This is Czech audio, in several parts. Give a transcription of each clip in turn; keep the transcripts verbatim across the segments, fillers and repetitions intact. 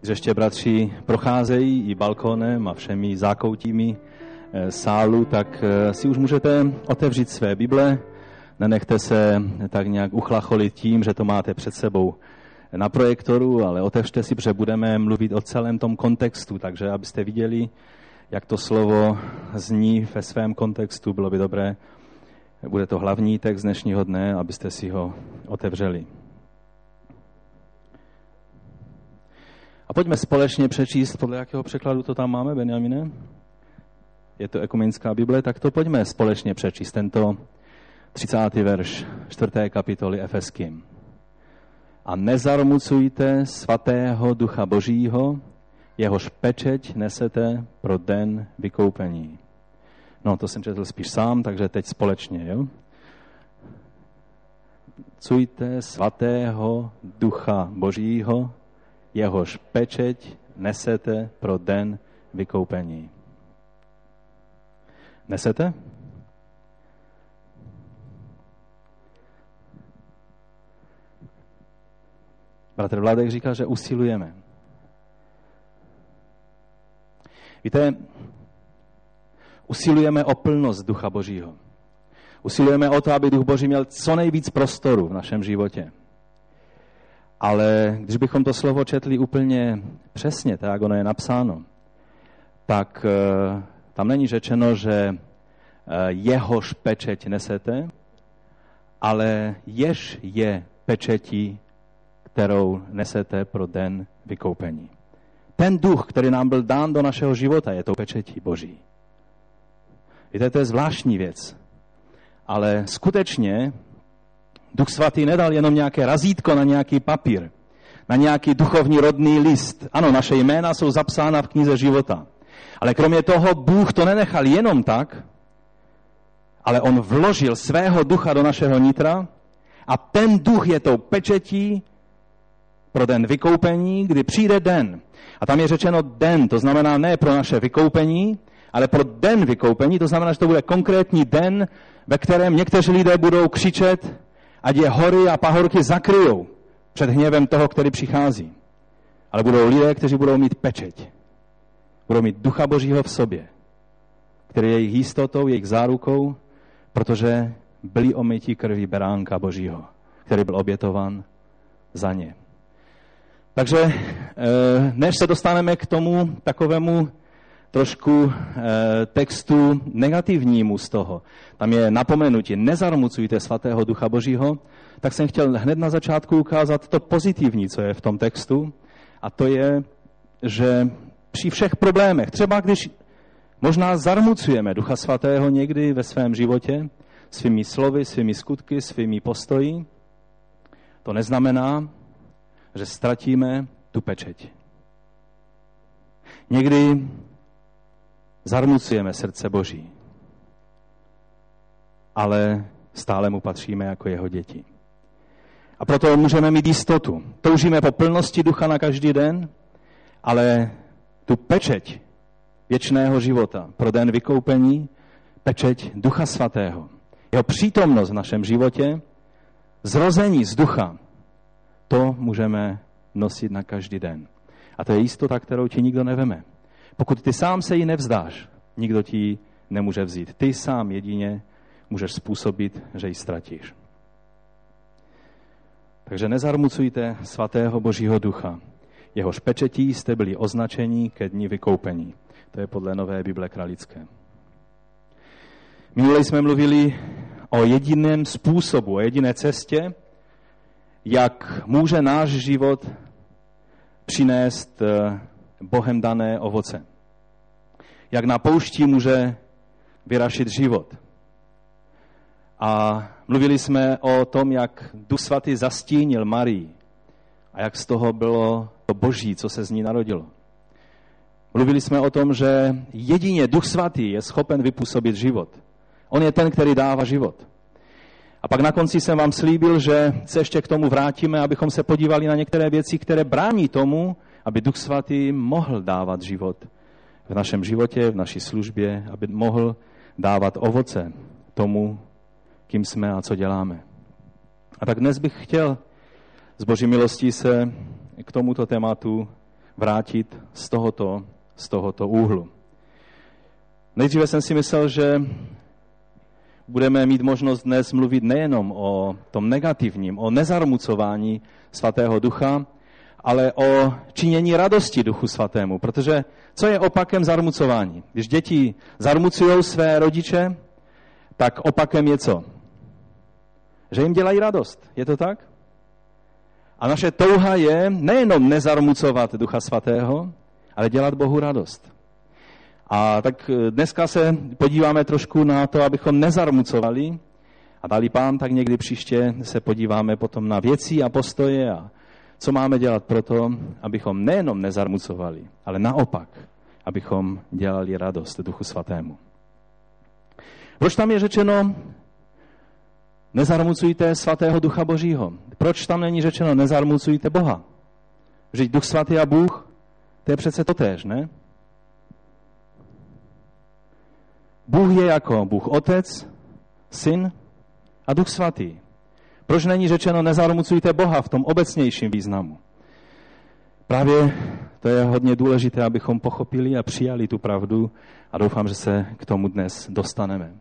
Když ještě bratři procházejí i balkónem a všemi zákoutími sálu, tak si už můžete otevřít své Bible. Nenechte se tak nějak uchlacholit tím, že to máte před sebou na projektoru, ale otevřte si, protože budeme mluvit o celém tom kontextu, takže abyste viděli, jak to slovo zní ve svém kontextu, bylo by dobré. Bude to hlavní text dnešního dne, abyste si ho otevřeli. A pojďme společně přečíst, podle jakého překladu to tam máme, Benjamine? Je to ekumenická Bible, tak to pojďme společně přečíst, tento třicátý verš čtvrté kapitoly Efeským. A nezarmucujte svatého Ducha Božího, jehož pečeť nesete pro den vykoupení. No, to jsem četl spíš sám, takže teď společně, jo? Cujte svatého Ducha Božího, jehož pečeť nesete pro den vykoupení. Nesete? Bratr Vladek říká, že usilujeme. Víte, usilujeme o plnost Ducha Božího. Usilujeme o to, aby Duch Boží měl co nejvíc prostoru v našem životě. Ale když bychom to slovo četli úplně přesně, tak jak ono je napsáno, tak uh, tam není řečeno, že uh, jehož pečeť nesete, ale jež je pečetí, kterou nesete pro den vykoupení. Ten duch, který nám byl dán do našeho života, je tou pečetí Boží. Víte, to je zvláštní věc. Ale skutečně Duch Svatý nedal jenom nějaké razítko na nějaký papír, na nějaký duchovní rodný list. Ano, naše jména jsou zapsána v knize života. Ale kromě toho Bůh to nenechal jenom tak, ale on vložil svého ducha do našeho nitra a ten duch je tou pečetí pro den vykoupení, kdy přijde den. A tam je řečeno den, to znamená ne pro naše vykoupení, ale pro den vykoupení, to znamená, že to bude konkrétní den, ve kterém někteří lidé budou křičet, ať je hory a pahorky zakryjou před hněvem toho, který přichází. Ale budou lidé, kteří budou mít pečeť. Budou mít Ducha Božího v sobě, který je jejich jistotou, jejich zárukou, protože byli omytí krví beránka Božího, který byl obětován za ně. Takže než se dostaneme k tomu takovému trošku textu negativnímu z toho, tam je napomenutí, nezarmucujte svatého Ducha Božího, tak jsem chtěl hned na začátku ukázat to pozitivní, co je v tom textu, a to je, že při všech problémech, třeba když možná zarmucujeme Ducha Svatého někdy ve svém životě, svými slovy, svými skutky, svými postoji, to neznamená, že ztratíme tu pečeť. Někdy zarmucujeme srdce Boží, ale stále mu patříme jako jeho děti. A proto můžeme mít jistotu. Toužíme po plnosti ducha na každý den, ale tu pečeť věčného života pro den vykoupení, pečeť Ducha Svatého, jeho přítomnost v našem životě, zrození z ducha, to můžeme nosit na každý den. A to je jistota, kterou ti nikdo neveme. Pokud ty sám se jí nevzdáš, nikdo ti ji nemůže vzít. Ty sám jedině můžeš způsobit, že ji ztratíš. Takže nezarmucujte svatého Božího Ducha. Jehož pečetí jste byli označení ke dni vykoupení. To je podle Nové Bible Kralické. Minule jsme mluvili o jediném způsobu, o jediné cestě, jak může náš život přinést Bohem dané ovoce. Jak na poušti může vyrašit život. A mluvili jsme o tom, jak Duch Svatý zastínil Marii a jak z toho bylo to Boží, co se z ní narodilo. Mluvili jsme o tom, že jedině Duch Svatý je schopen vypůsobit život. On je ten, který dává život. A pak na konci jsem vám slíbil, že se ještě k tomu vrátíme, abychom se podívali na některé věci, které brání tomu, aby Duch Svatý mohl dávat život v našem životě, v naší službě, aby mohl dávat ovoce tomu, kým jsme a co děláme. A tak dnes bych chtěl z Boží milostí se k tomuto tématu vrátit z tohoto, z tohoto úhlu. Nejdříve jsem si myslel, že budeme mít možnost dnes mluvit nejenom o tom negativním, o nezarmucování Svatého Ducha, ale o činění radosti Duchu Svatému. Protože co je opakem zarmucování? Když děti zarmucují své rodiče, tak opakem je co? Že jim dělají radost. Je to tak? A naše touha je nejenom nezarmucovat Ducha Svatého, ale dělat Bohu radost. A tak dneska se podíváme trošku na to, abychom nezarmucovali a dali Pán, tak někdy příště se podíváme potom na věci a postoje a co máme dělat pro to, abychom nejenom nezarmucovali, ale naopak, abychom dělali radost Duchu Svatému. Proč tam je řečeno nezarmucujte Svatého Ducha Božího? Proč tam není řečeno nezarmucujte Boha? Vždyť Duch Svatý a Bůh, to je přece totéž, ne? Bůh je jako Bůh Otec, Syn a Duch Svatý. Proč není řečeno nezarmucujte Boha v tom obecnějším významu? Právě to je hodně důležité, abychom pochopili a přijali tu pravdu a doufám, že se k tomu dnes dostaneme.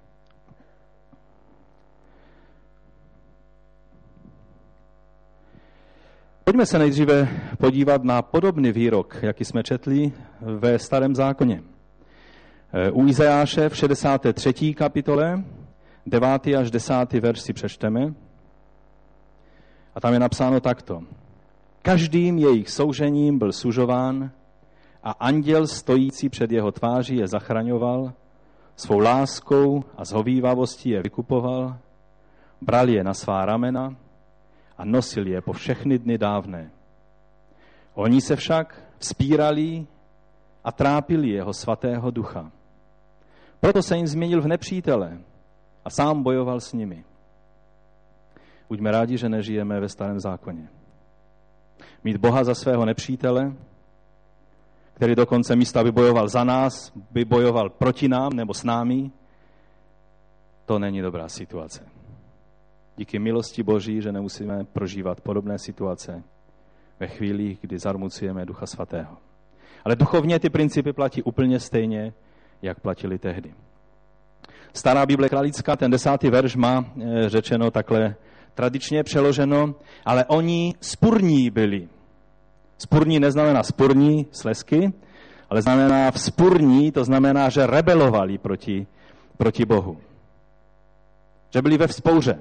Pojďme se nejdříve podívat na podobný výrok, jaký jsme četli ve Starém zákoně. U Izajáše v šedesáté třetí kapitole, devátý až desátý verš si přečteme. A tam je napsáno takto. Každým jejich soužením byl sužován a anděl stojící před jeho tváří je zachraňoval, svou láskou a zhovívavostí je vykupoval, bral je na svá ramena a nosil je po všechny dny dávné. Oni se však vzpírali a trápili jeho svatého ducha. Proto se jim změnil v nepřítele a sám bojoval s nimi. Buďme rádi, že nežijeme ve Starém zákoně. Mít Boha za svého nepřítele, který dokonce místo, aby bojoval za nás, by bojoval proti nám nebo s námi, to není dobrá situace. Díky milosti Boží, že nemusíme prožívat podobné situace ve chvíli, kdy zarmucujeme Ducha Svatého. Ale duchovně ty principy platí úplně stejně, jak platili tehdy. Stará Bible kralická, ten desátý verš má řečeno takhle tradičně přeloženo, ale oni spurní byli. Spurní neznamená spurní slezky, ale znamená vzpurní, to znamená, že rebelovali proti, proti Bohu. Že byli ve vzpouře.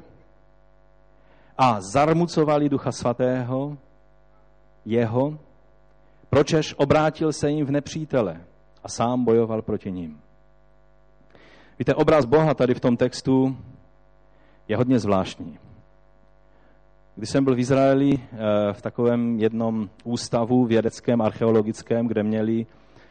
A zarmucovali Ducha Svatého, jeho, pročež obrátil se jim v nepřítele a sám bojoval proti ním. Víte, obraz Boha tady v tom textu je hodně zvláštní. Když jsem byl v Izraeli v takovém jednom ústavu vědeckém, archeologickém, kde měli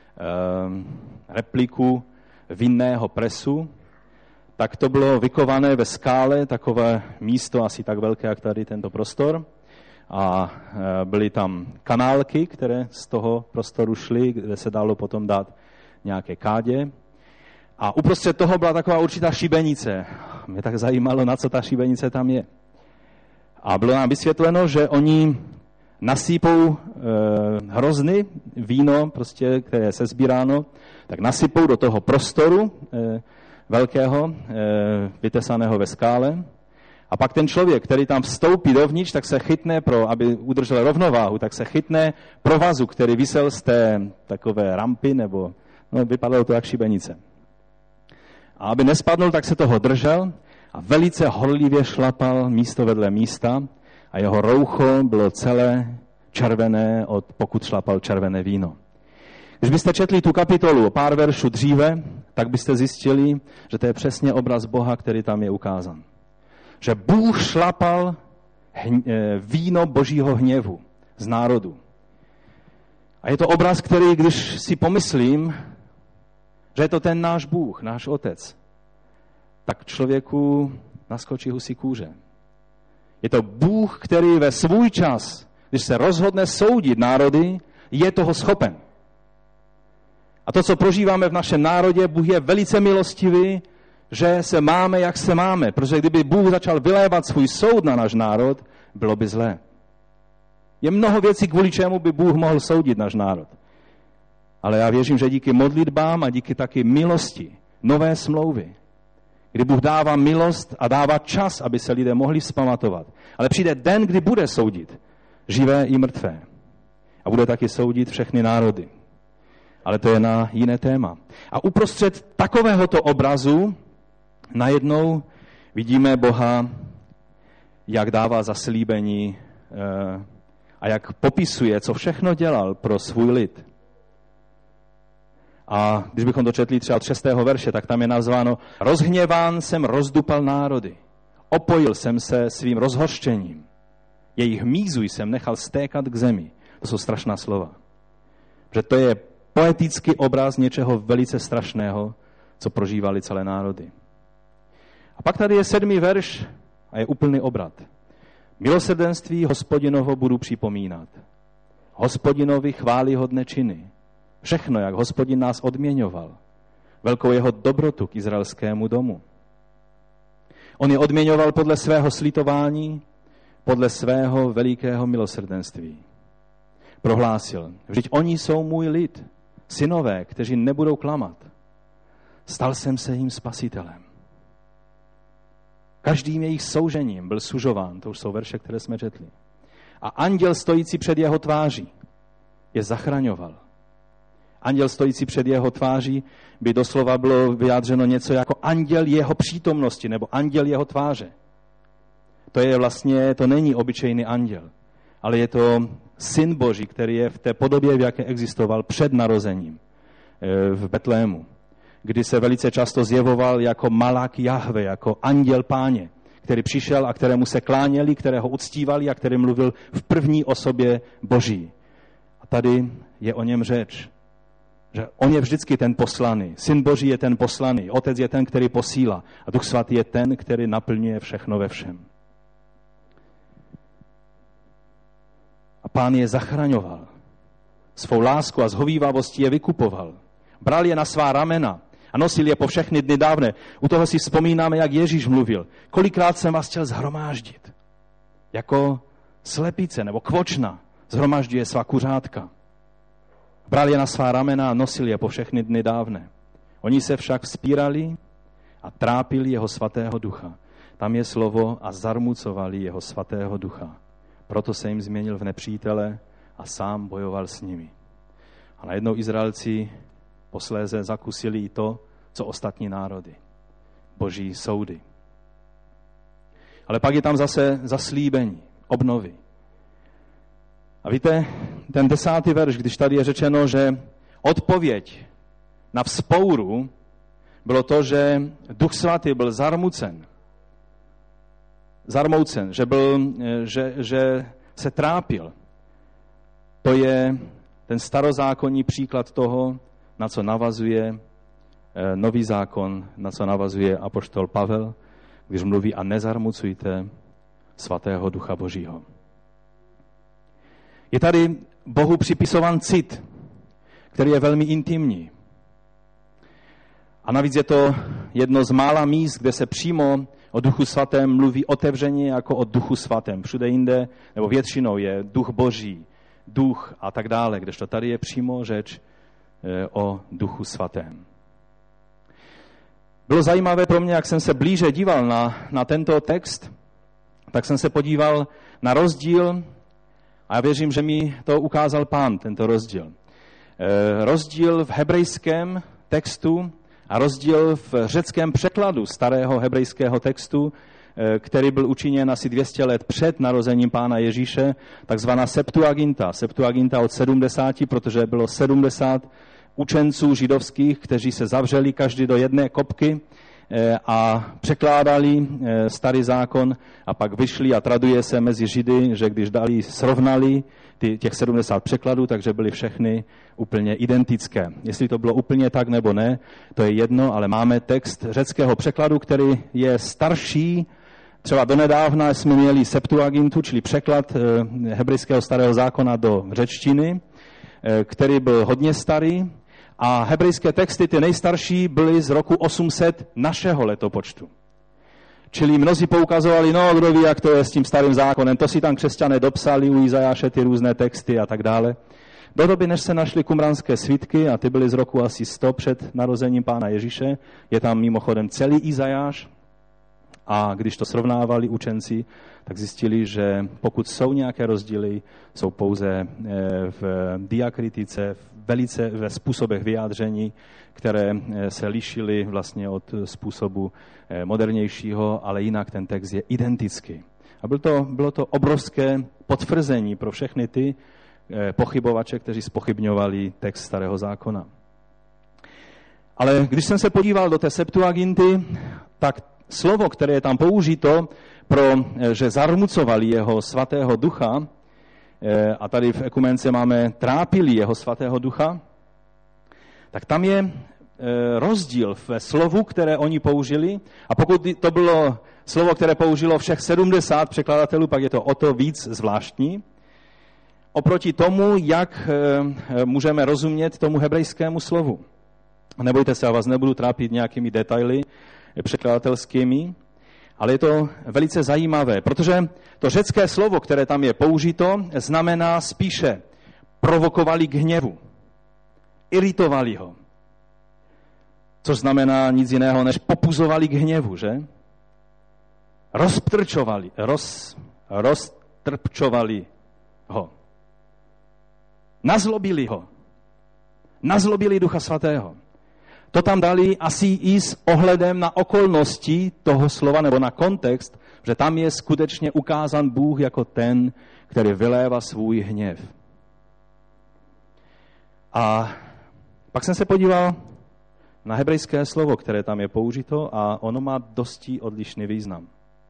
repliku vinného presu, tak to bylo vykované ve skále, takové místo asi tak velké, jak tady tento prostor. A byly tam kanálky, které z toho prostoru šly, kde se dalo potom dát nějaké kádě. A uprostřed toho byla taková určitá šibenice. Mě tak zajímalo, na co ta šibenice tam je. A bylo nám vysvětleno, že oni nasypou e, hrozny, víno, prostě, které je sezbíráno, tak nasypou do toho prostoru e, velkého, e, vytesaného ve skále. A pak ten člověk, který tam vstoupí dovnitř, tak se chytne, pro, aby udržel rovnováhu, tak se chytne provazu, který visel z té takové rampy, nebo no, vypadalo to jak šibenice. A aby nespadnul, tak se toho držel a velice horlivě šlapal místo vedle místa a jeho roucho bylo celé červené, od pokud šlapal červené víno. Když byste četli tu kapitolu o pár veršů dříve, tak byste zjistili, že to je přesně obraz Boha, který tam je ukázán. Že Bůh šlapal víno Božího hněvu z národu. A je to obraz, který, když si pomyslím, že je to ten náš Bůh, náš Otec, tak člověku naskočí husí kůže. Je to Bůh, který ve svůj čas, když se rozhodne soudit národy, je toho schopen. A to, co prožíváme v našem národě, Bůh je velice milostivý, že se máme, jak se máme. Protože kdyby Bůh začal vylévat svůj soud na náš národ, bylo by zlé. Je mnoho věcí, kvůli čemu by Bůh mohl soudit náš národ. Ale já věřím, že díky modlitbám a díky taky milosti, nové smlouvy, kdy Bůh dává milost a dává čas, aby se lidé mohli vzpamatovat. Ale přijde den, kdy bude soudit živé i mrtvé. A bude taky soudit všechny národy. Ale to je na jiné téma. A uprostřed takovéhoto obrazu najednou vidíme Boha, jak dává zaslíbení a jak popisuje, co všechno dělal pro svůj lid. A když bychom to četli třeba od šestého verše, tak tam je nazváno: rozhněván jsem rozdupal národy, opojil jsem se svým rozhořčením, jejich hmízu jsem nechal stékat k zemi. To jsou strašná slova. Že to je poetický obraz něčeho velice strašného, co prožívali celé národy. A pak tady je sedmý verš a je úplný obrat. Milosrdenství Hospodinovo budu připomínat. Hospodinovi chvályhodné činy. Všechno, jak Hospodin nás odměňoval. Velkou jeho dobrotu k izraelskému domu. On je odměňoval podle svého slitování, podle svého velikého milosrdenství. Prohlásil: vždyť oni jsou můj lid, synové, kteří nebudou klamat. Stal jsem se jim spasitelem. Každým jejich soužením byl sužován. To už jsou verše, které jsme četli. A anděl stojící před jeho tváří je zachraňoval. Anděl stojící před jeho tváří by doslova bylo vyjádřeno něco jako anděl jeho přítomnosti nebo anděl jeho tváře. To je vlastně, to není obyčejný anděl, ale je to syn Boží, který je v té podobě, v jaké existoval před narozením v Betlému, kdy se velice často zjevoval jako malák Jahve, jako anděl Páně, který přišel a kterému se kláněli, kterého uctívali a který mluvil v první osobě Boží. A tady je o něm řeč, že on je vždycky ten poslaný. Syn Boží je ten poslaný, Otec je ten, který posílá a Duch Svatý je ten, který naplňuje všechno ve všem. A Pán je zachraňoval. Svou lásku a zhovívavostí je vykupoval. Bral je na svá ramena a nosil je po všechny dny dávné. U toho si vzpomínáme, jak Ježíš mluvil. Kolikrát jsem vás chtěl zhromáždit. Jako slepice nebo kvočna zhromažďuje svá kuřátka. Bral je na svá ramena a nosil je po všechny dny dávné. Oni se však vzpírali a trápili jeho svatého ducha. Tam je slovo a zarmucovali jeho svatého ducha. Proto se jim změnil v nepřítele a sám bojoval s nimi. A najednou Izraelci posléze zakusili i to, co ostatní národy. Boží soudy. Ale pak je tam zase zaslíbení, obnovy. A víte, ten desátý verš, když tady je řečeno, že odpověď na vzpouru bylo to, že Duch Svatý byl zarmucen. Zarmoucen, že, byl, že, že se trápil. To je ten starozákonní příklad toho, na co navazuje nový zákon, na co navazuje apoštol Pavel, když mluví a nezarmucujte svatého Ducha Božího. Je tady Bohu připisovan cit, který je velmi intimní. A navíc je to jedno z mála míst, kde se přímo o Duchu Svatém mluví otevřeně jako o Duchu Svatém. Všude jinde, nebo většinou je Duch Boží, Duch a tak dále, kdežto tady je přímo řeč o Duchu Svatém. Bylo zajímavé pro mě, jak jsem se blíže díval na, na tento text, tak jsem se podíval na rozdíl, a já věřím, že mi to ukázal Pán, tento rozdíl. E, rozdíl v hebrejském textu a rozdíl v řeckém překladu starého hebrejského textu, e, který byl učiněn asi dvě stě let před narozením Pána Ježíše, takzvaná Septuaginta. Septuaginta od sedmdesáti, protože bylo sedmdesát učenců židovských, kteří se zavřeli každý do jedné kopky a překládali starý zákon a pak vyšli a traduje se mezi Židy, že když dali, srovnali ty, těch sedmdesát překladů, takže byly všechny úplně identické. Jestli to bylo úplně tak nebo ne, to je jedno, ale máme text řeckého překladu, který je starší. Třeba donedávna jsme měli Septuagintu, čili překlad hebrejského starého zákona do řečtiny, který byl hodně starý. A hebrejské texty, ty nejstarší, byly z roku osm set našeho letopočtu. Čili mnozí poukazovali, no kdo ví, jak to je s tím starým zákonem, to si tam křesťané dopsali u Izajáše ty různé texty a tak dále. Do doby, než se našly kumranské svitky, a ty byly z roku asi sto před narozením Pána Ježíše, je tam mimochodem celý Izajáš, a když to srovnávali učenci, tak zjistili, že pokud jsou nějaké rozdíly, jsou pouze v diakritice, velice ve způsobech vyjádření, které se lišily vlastně od způsobu modernějšího, ale jinak ten text je identický. A bylo to, bylo to obrovské potvrzení pro všechny ty pochybovače, kteří zpochybňovali text Starého zákona. Ale když jsem se podíval do té Septuaginty, tak slovo, které je tam použito, pro, že zarmucovali jeho svatého ducha, a tady v ekumence máme trápili jeho svatého ducha, tak tam je rozdíl ve slovu, které oni použili. A pokud to bylo slovo, které použilo všech sedmdesát překladatelů, pak je to o to víc zvláštní. Oproti tomu, jak můžeme rozumět tomu hebrejskému slovu. Nebojte se, já vás nebudu trápit nějakými detaily překladatelskými, ale je to velice zajímavé, protože to řecké slovo, které tam je použito, znamená spíše provokovali k hněvu, iritovali ho, což znamená nic jiného, než popuzovali k hněvu, že? Rozptrčovali, roz, roztrpčovali ho. Nazlobili ho. Nazlobili Ducha Svatého. To tam dali asi i s ohledem na okolnosti toho slova nebo na kontext, že tam je skutečně ukázán Bůh jako ten, který vylévá svůj hněv. A pak jsem se podíval na hebrejské slovo, které tam je použito, a ono má dosti odlišný význam.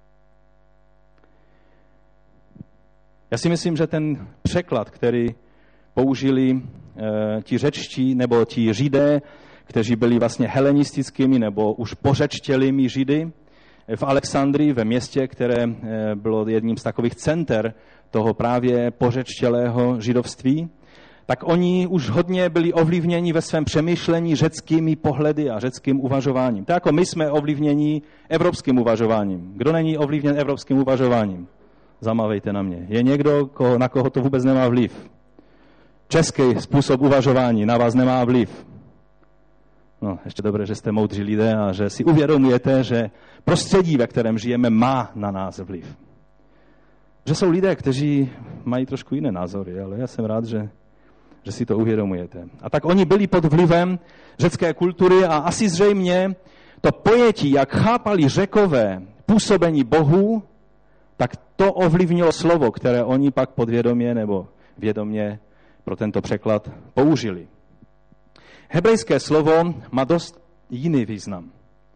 Já si myslím, že ten překlad, který použili e, ti řečtí nebo ti Židé, kteří byli vlastně helenistickými nebo už pořečtělými Židy v Alexandrii, ve městě, které e, bylo jedním z takových center toho právě pořečtělého židovství, tak oni už hodně byli ovlivněni ve svém přemýšlení řeckými pohledy a řeckým uvažováním. Tak jako my jsme ovlivněni evropským uvažováním. Kdo není ovlivněn evropským uvažováním? Zamávejte na mě. Je někdo, koho, na koho to vůbec nemá vliv? Český způsob uvažování na vás nemá vliv. No, ještě dobré, že jste moudří lidé a že si uvědomujete, že prostředí, ve kterém žijeme, má na nás vliv. Že jsou lidé, kteří mají trošku jiné názory, ale já jsem rád, že, že si to uvědomujete. A tak oni byli pod vlivem řecké kultury a asi zřejmě to pojetí, jak chápali Řekové působení Bohu, tak to ovlivnilo slovo, které oni pak podvědomě nebo vědomě pro tento překlad použili. Hebrejské slovo má dost jiný význam.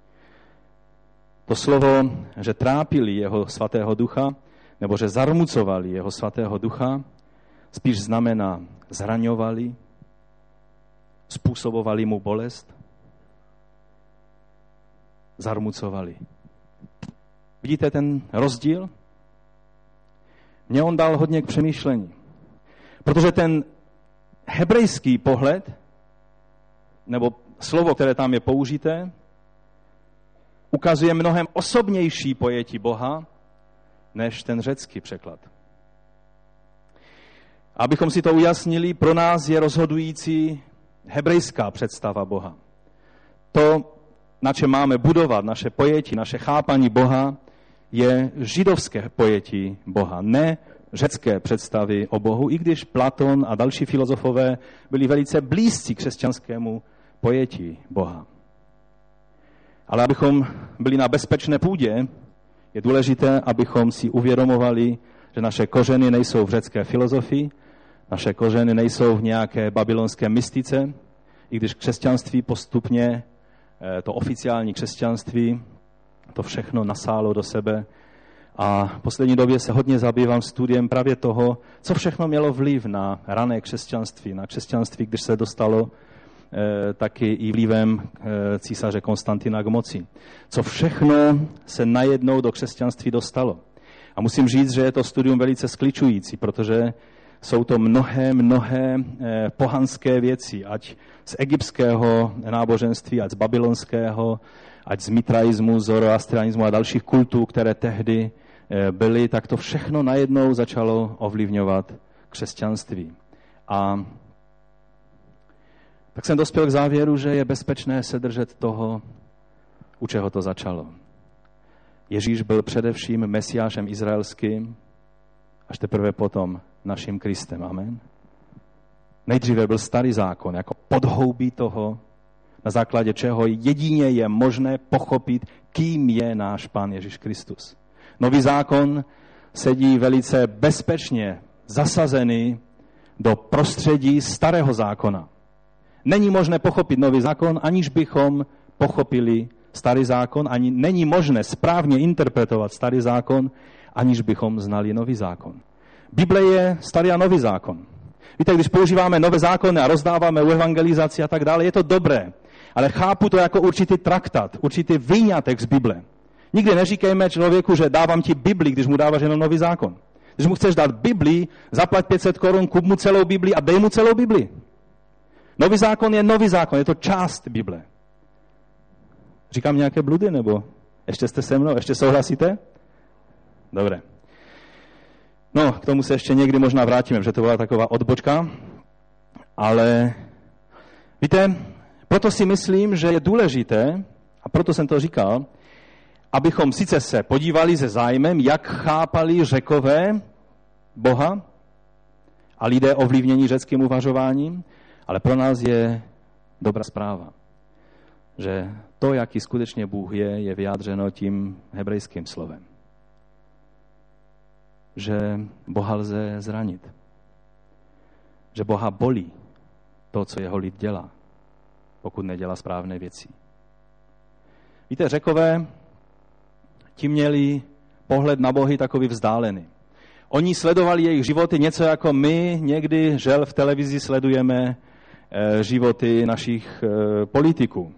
To slovo, že trápili jeho svatého ducha, nebo že zarmucovali jeho svatého ducha, spíš znamená zraňovali, způsobovali mu bolest, zarmucovali. Vidíte ten rozdíl? Mně on dal hodně k přemýšlení. Protože ten hebrejský pohled, nebo slovo, které tam je použité, ukazuje mnohem osobnější pojetí Boha, než ten řecký překlad. Abychom si to ujasnili, pro nás je rozhodující hebrejská představa Boha. To, na čem máme budovat naše pojetí, naše chápání Boha, je židovské pojetí Boha, ne řecké představy o Bohu, i když Platon a další filozofové byli velice blízcí křesťanskému pojetí Boha. Ale abychom byli na bezpečné půdě, je důležité, abychom si uvědomovali, že naše kořeny nejsou v řecké filozofii, naše kořeny nejsou v nějaké babylonské mystice, i když křesťanství postupně, to oficiální křesťanství, to všechno nasálo do sebe. A v poslední době se hodně zabývám studiem právě toho, co všechno mělo vliv na rané křesťanství, na křesťanství, když se dostalo e, taky i vlivem e, císaře Konstantina k moci. Co všechno se najednou do křesťanství dostalo. A musím říct, že je to studium velice skličující, protože jsou to mnohé, mnohé pohanské věci, ať z egyptského náboženství, ať z babylonského, ať z mitraismu, zoroastrianismu a dalších kultů, které tehdy byly, tak to všechno najednou začalo ovlivňovat křesťanství. A tak jsem dospěl k závěru, že je bezpečné se držet toho, u čeho to začalo. Ježíš byl především mesiášem izraelským, až teprve potom naším Kristem. Amen. Nejdříve byl starý zákon, jako podhoubí toho, na základě čeho jedině je možné pochopit, kým je náš Pán Ježíš Kristus. Nový zákon sedí velice bezpečně zasazený do prostředí starého zákona. Není možné pochopit nový zákon, aniž bychom pochopili starý zákon, ani není možné správně interpretovat starý zákon, aniž bychom znali nový zákon. Bible je starý a nový zákon. Víte, když používáme nové zákony a rozdáváme u evangelizaci a tak dále, je to dobré, ale chápu to jako určitý traktat, určitý vyňatek z Bible. Nikdy neříkejme člověku, že dávám ti Bibli, když mu dáváš jenom nový zákon. Když mu chceš dát Bibli, zaplať pět set korun, kup mu celou Bibli a dej mu celou Bibli. Nový zákon je nový zákon, je to část Bible. Říkám nějaké bludy, nebo ještě jste se mnou, ještě souhlasíte? Dobré. No, k tomu se ještě někdy možná vrátíme, že to byla taková odbočka, ale víte, proto si myslím, že je důležité, a proto jsem to říkal, abychom sice se podívali se zájmem, jak chápali Řekové Boha a lidé ovlivnění řeckým uvažováním, ale pro nás je dobrá zpráva, že to, jaký skutečně Bůh je, je vyjádřeno tím hebrejským slovem. Že Boha lze zranit. Že Boha bolí to, co jeho lid dělá, pokud nedělá správné věci. Víte, Řekové, ti měli pohled na bohy takový vzdálený. Oni sledovali jejich životy něco jako my někdy, žel, v televizi sledujeme e, životy našich e, politiků.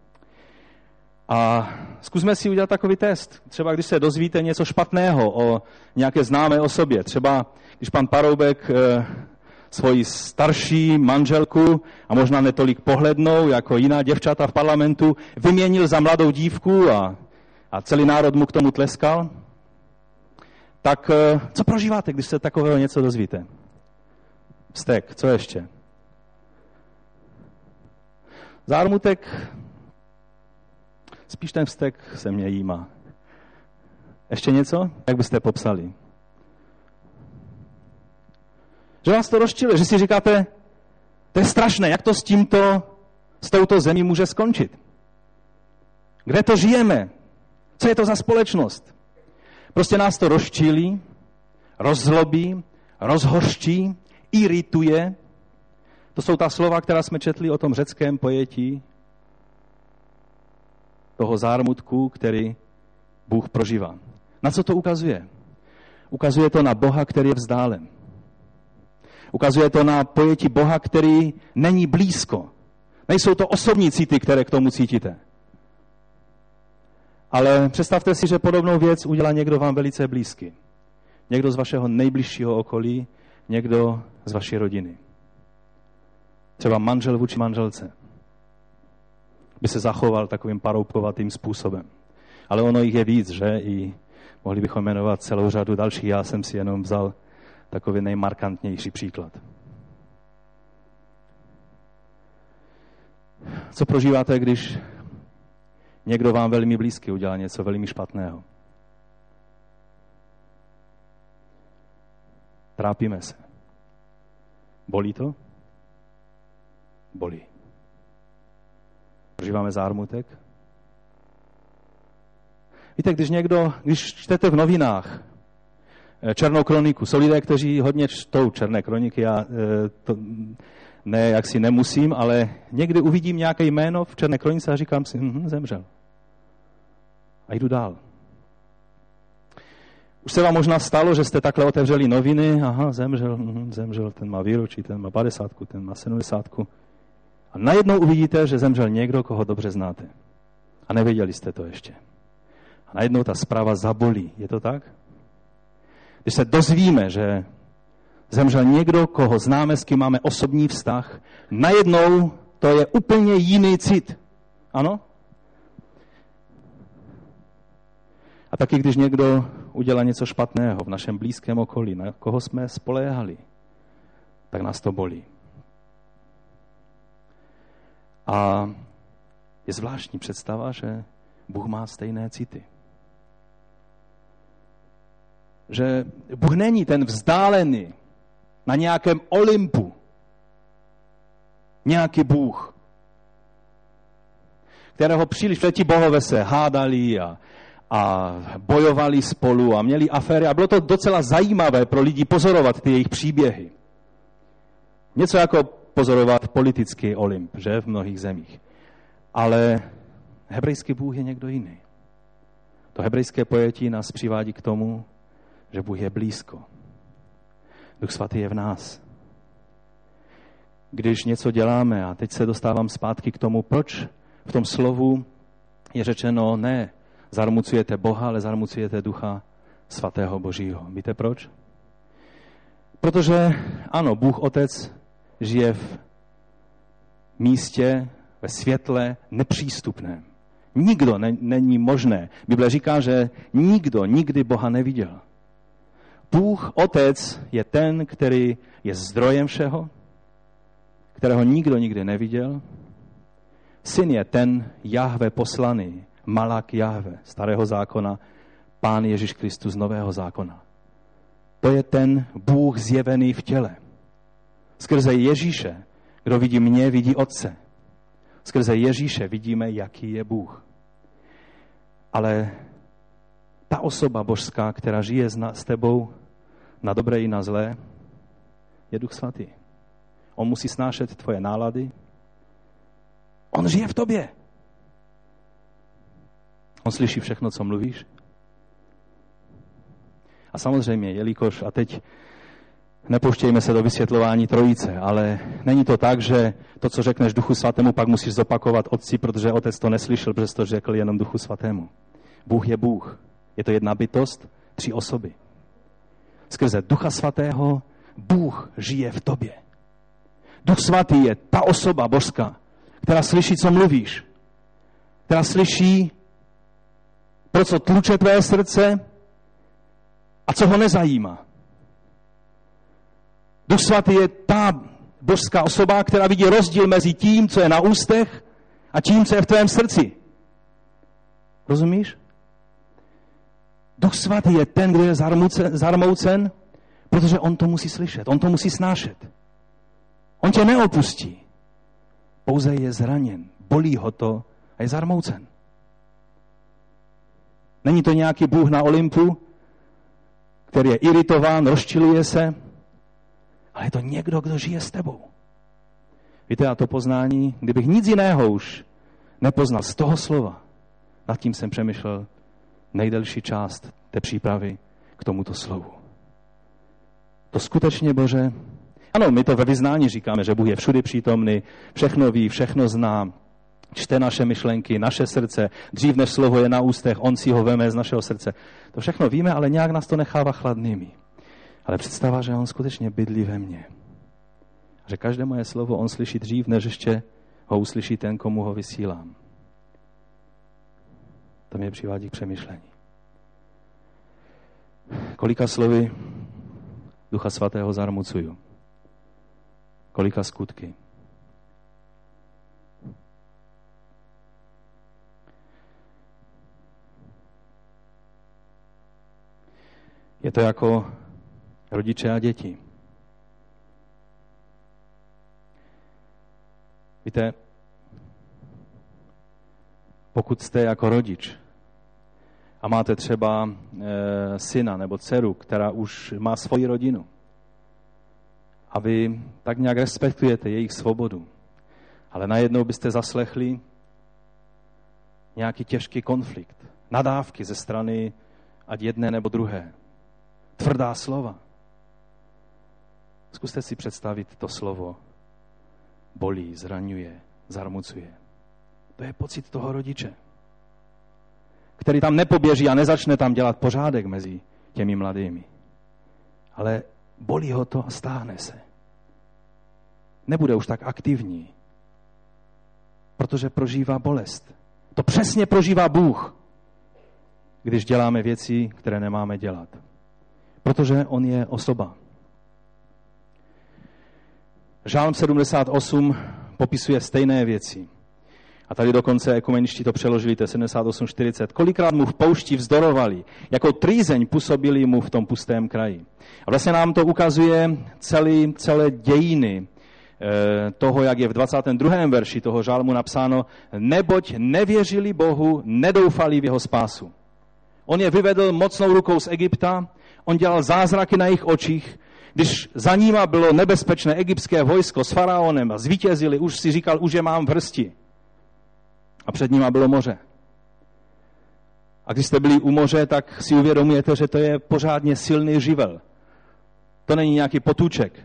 A zkusme si udělat takový test. Třeba když se dozvíte něco špatného o nějaké známé osobě. Třeba když pan Paroubek e, svoji starší manželku, a možná netolik pohlednou, jako jiná děvčata v parlamentu, vyměnil za mladou dívku a, a celý národ mu k tomu tleskal. Tak e, co prožíváte, když se takového něco dozvíte? Vztek, co ještě? Zármutek. Spíš ten vztek se mě jímá. Ještě něco? Jak byste popsali? Že vás to rozčiluje, že si říkáte, to je strašné, jak to s tímto, s touto zemí může skončit? Kde to žijeme? Co je to za společnost? Prostě nás to rozčílí, rozzlobí, rozhořčí, irituje. To jsou ta slova, která jsme četli o tom řeckém pojetí toho zármutku, který Bůh prožívá. Na co to ukazuje? Ukazuje to na Boha, který je vzdálen. Ukazuje to na pojetí Boha, který není blízko. Nejsou to osobní city, které k tomu cítíte. Ale představte si, že podobnou věc udělá někdo vám velice blízký. Někdo z vašeho nejbližšího okolí, někdo z vaší rodiny. Třeba manžel vůči manželce by se zachoval takovým paroubkovatým způsobem. Ale ono jich je víc, že? I mohli bychom jmenovat celou řadu dalších. Já jsem si jenom vzal takový nejmarkantnější příklad. Co prožíváte, když někdo vám velmi blízký udělá něco velmi špatného? Trápíme se. Bolí to? Bolí. Prožíváme zármutek? Víte, když někdo, když čtete v novinách Černou kroniku, jsou lidé, kteří hodně čtou černé kroniky, já to ne, jak si nemusím, ale někdy uvidím nějaké jméno v Černé kronice a říkám si, hm, zemřel. A jdu dál. Už se vám možná stalo, že jste takhle otevřeli noviny, aha, zemřel, hm, zemřel, ten má výročí, ten má padesátku, ten má sedmdesátku. A najednou uvidíte, že zemřel někdo, koho dobře znáte. A nevěděli jste to ještě. A najednou ta zpráva zabolí. Je to tak? Když se dozvíme, že zemřel někdo, koho známe, s kým máme osobní vztah, najednou to je úplně jiný cit. Ano? A taky, když někdo udělá něco špatného v našem blízkém okolí, na koho jsme spoléhali, tak nás to bolí. A je zvláštní představa, že Bůh má stejné city. Že Bůh není ten vzdálený na nějakém Olympu. Nějaký Bůh, kterého příliš ti bohové se hádali a, a bojovali spolu a měli aféry. A bylo to docela zajímavé pro lidi pozorovat ty jejich příběhy. Něco jako pozorovat politický Olymp, že, v mnohých zemích. Ale hebrejský Bůh je někdo jiný. To hebrejské pojetí nás přivádí k tomu, že Bůh je blízko. Duch svatý je v nás. Když něco děláme, a teď se dostávám zpátky k tomu, proč v tom slovu je řečeno ne, zarmucujete Boha, ale zarmucujete Ducha svatého Božího. Víte proč? Protože ano, Bůh Otec žije v místě, ve světle nepřístupném. Nikdo ne, není možné. Bible říká, že nikdo nikdy Boha neviděl. Bůh Otec je ten, který je zdrojem všeho, kterého nikdo nikdy neviděl. Syn je ten Jahve poslaný, Malak Jahve, starého zákona, Pán Ježíš Kristus nového zákona. To je ten Bůh zjevený v těle. Skrze Ježíše, kdo vidí mě, vidí Otce. Skrze Ježíše vidíme, jaký je Bůh. Ale ta osoba božská, která žije s tebou na dobré i na zlé, je Duch svatý. On musí snášet tvoje nálady. On žije v tobě. On slyší všechno, co mluvíš. A samozřejmě, jelikož, a teď nepouštějme se do vysvětlování trojice, ale není to tak, že to, co řekneš Duchu svatému, pak musíš zopakovat Otci, protože Otec to neslyšel, protože to řekl jenom Duchu svatému. Bůh je Bůh. Je to jedna bytost, tři osoby. Skrze Ducha svatého Bůh žije v tobě. Duch svatý je ta osoba božská, která slyší, co mluvíš. Která slyší, pro co tluče tvé srdce a co ho nezajímá. Duch svatý je ta božská osoba, která vidí rozdíl mezi tím, co je na ústech a tím, co je v tvém srdci. Rozumíš? Duch svatý je ten, kdo je zarmoucen, protože on to musí slyšet, on to musí snášet. On tě neopustí. Pouze je zraněn, bolí ho to a je zarmoucen. Není to nějaký Bůh na Olympu, který je iritován, rozčiluje se, ale je to někdo, kdo žije s tebou. Víte, a to poznání, kdybych nic jiného už nepoznal z toho slova, nad tím jsem přemýšlel nejdelší část té přípravy k tomuto slovu. To skutečně, Bože, ano, my to ve vyznání říkáme, že Bůh je všudy přítomný, všechno ví, všechno zná, čte naše myšlenky, naše srdce, dřív než slovo je na ústech, on si ho veme z našeho srdce. To všechno víme, ale nějak nás to nechává chladnými. Ale představa, že on skutečně bydlí ve mně. Že každé moje slovo on slyší dřív, než ještě ho uslyší ten, komu ho vysílám. To mě přivádí k přemýšlení. Kolika slovy Ducha svatého zarmucuju? Kolika skutky? Je to jako rodiče a děti. Víte, pokud jste jako rodič a máte třeba e, syna nebo dceru, která už má svoji rodinu a vy tak nějak respektujete jejich svobodu, ale najednou byste zaslechli nějaký těžký konflikt, nadávky ze strany ať jedné nebo druhé, tvrdá slova. Zkuste si představit to slovo bolí, zraňuje, zarmucuje. To je pocit toho rodiče, který tam nepoběží a nezačne tam dělat pořádek mezi těmi mladými. Ale bolí ho to a stáhne se. Nebude už tak aktivní, protože prožívá bolest. To přesně prožívá Bůh, když děláme věci, které nemáme dělat. Protože on je osoba. Žálm sedmdesát osm popisuje stejné věci. A tady dokonce ekumeničtí to přeložili, to je sedmdesát osm čtyřicet. Kolikrát mu v poušti vzdorovali, jako trýzeň působili mu v tom pustém kraji. A vlastně nám to ukazuje celý, celé dějiny e, toho, jak je v dvacátém druhém verši toho žálmu napsáno, neboť nevěřili Bohu, nedoufali v jeho spásu. On je vyvedl mocnou rukou z Egypta, on dělal zázraky na jejich očích. Když za nima bylo nebezpečné egyptské vojsko s faraonem a zvítězili, už si říkal, už je mám v hrsti. A před nima bylo moře. A když jste byli u moře, tak si uvědomujete, že to je pořádně silný živel. To není nějaký potůček.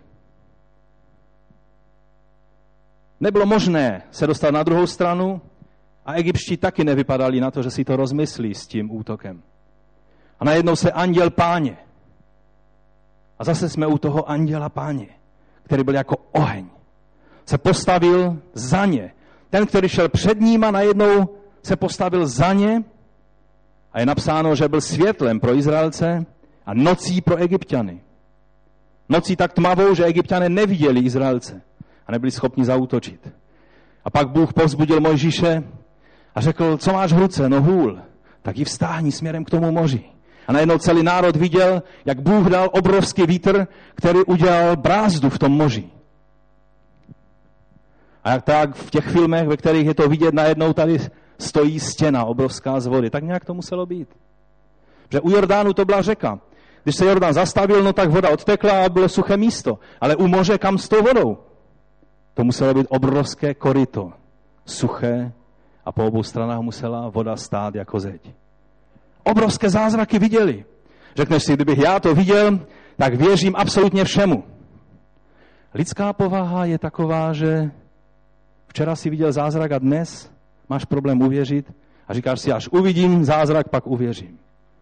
Nebylo možné se dostat na druhou stranu a egyptští taky nevypadali na to, že si to rozmyslí s tím útokem. A najednou se anděl Páně. A zase jsme u toho anděla Páně, který byl jako oheň. Se postavil za ně. Ten, který šel před níma, najednou se postavil za ně a je napsáno, že byl světlem pro Izraelce a nocí pro Egypťany. Nocí tak tmavou, že Egypťané neviděli Izraelce a nebyli schopni zaútočit. A pak Bůh povzbudil Mojžíše a řekl, co máš v ruce? No hůl, tak ji vstáhni směrem k tomu moři. A najednou celý národ viděl, jak Bůh dal obrovský vítr, který udělal brázdu v tom moři. A jak tak v těch filmech, ve kterých je to vidět, najednou tady stojí stěna obrovská z vody. Tak nějak to muselo být. Protože u Jordánu to byla řeka. Když se Jordán zastavil, no tak voda odtekla a bylo suché místo. Ale u moře kam s tou vodou? To muselo být obrovské koryto. Suché a po obou stranách musela voda stát jako zeď. Obrovské zázraky viděli. Řekneš si, kdybych já to viděl, tak věřím absolutně všemu. Lidská povaha je taková, že včera si viděl zázrak a dnes máš problém uvěřit a říkáš si, až uvidím zázrak, pak uvěřím.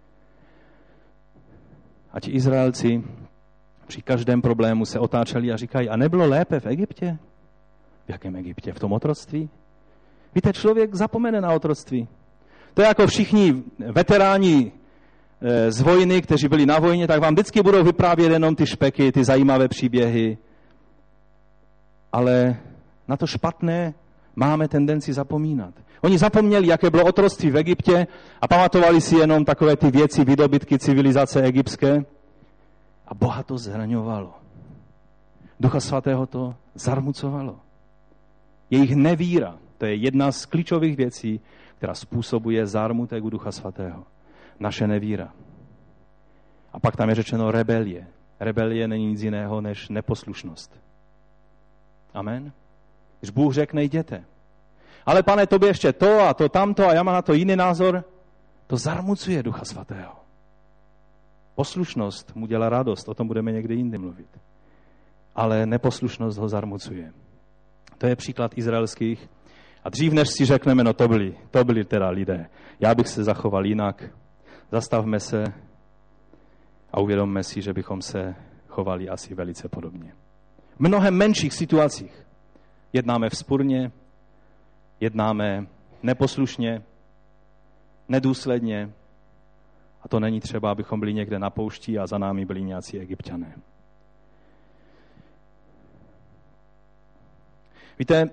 A ti Izraelci při každém problému se otáčeli a říkají, a nebylo lépe v Egyptě? V jakém Egyptě? V tom otroctví? Víte, člověk zapomene na otroctví. To je jako všichni veteráni z vojny, kteří byli na vojně, tak vám vždycky budou vyprávět jenom ty špeky, ty zajímavé příběhy. Ale na to špatné máme tendenci zapomínat. Oni zapomněli, jaké bylo otroctví v Egyptě a pamatovali si jenom takové ty věci, výdobytky civilizace egyptské. A Boha to zraňovalo. Ducha svatého to zarmucovalo. Jejich nevíra, to je jedna z klíčových věcí, která způsobuje zármutek u Ducha svatého. Naše nevíra. A pak tam je řečeno rebelie. Rebelie není nic jiného než neposlušnost. Amen? Když Bůh řekne, jděte. Ale pane, tobě ještě to a to tamto a já mám na to jiný názor, to zarmucuje Ducha svatého. Poslušnost mu dělá radost, o tom budeme někdy jindy mluvit. Ale neposlušnost ho zarmucuje. To je příklad izraelských. A dřív, než si řekneme, no to byli, to byli teda lidé, já bych se zachoval jinak, zastavme se a uvědomme si, že bychom se chovali asi velice podobně. V mnohem menších situacích jednáme vzpurně, jednáme neposlušně, nedůsledně a to není třeba, abychom byli někde na poušti a za námi byli nějací Egypťané. Víte,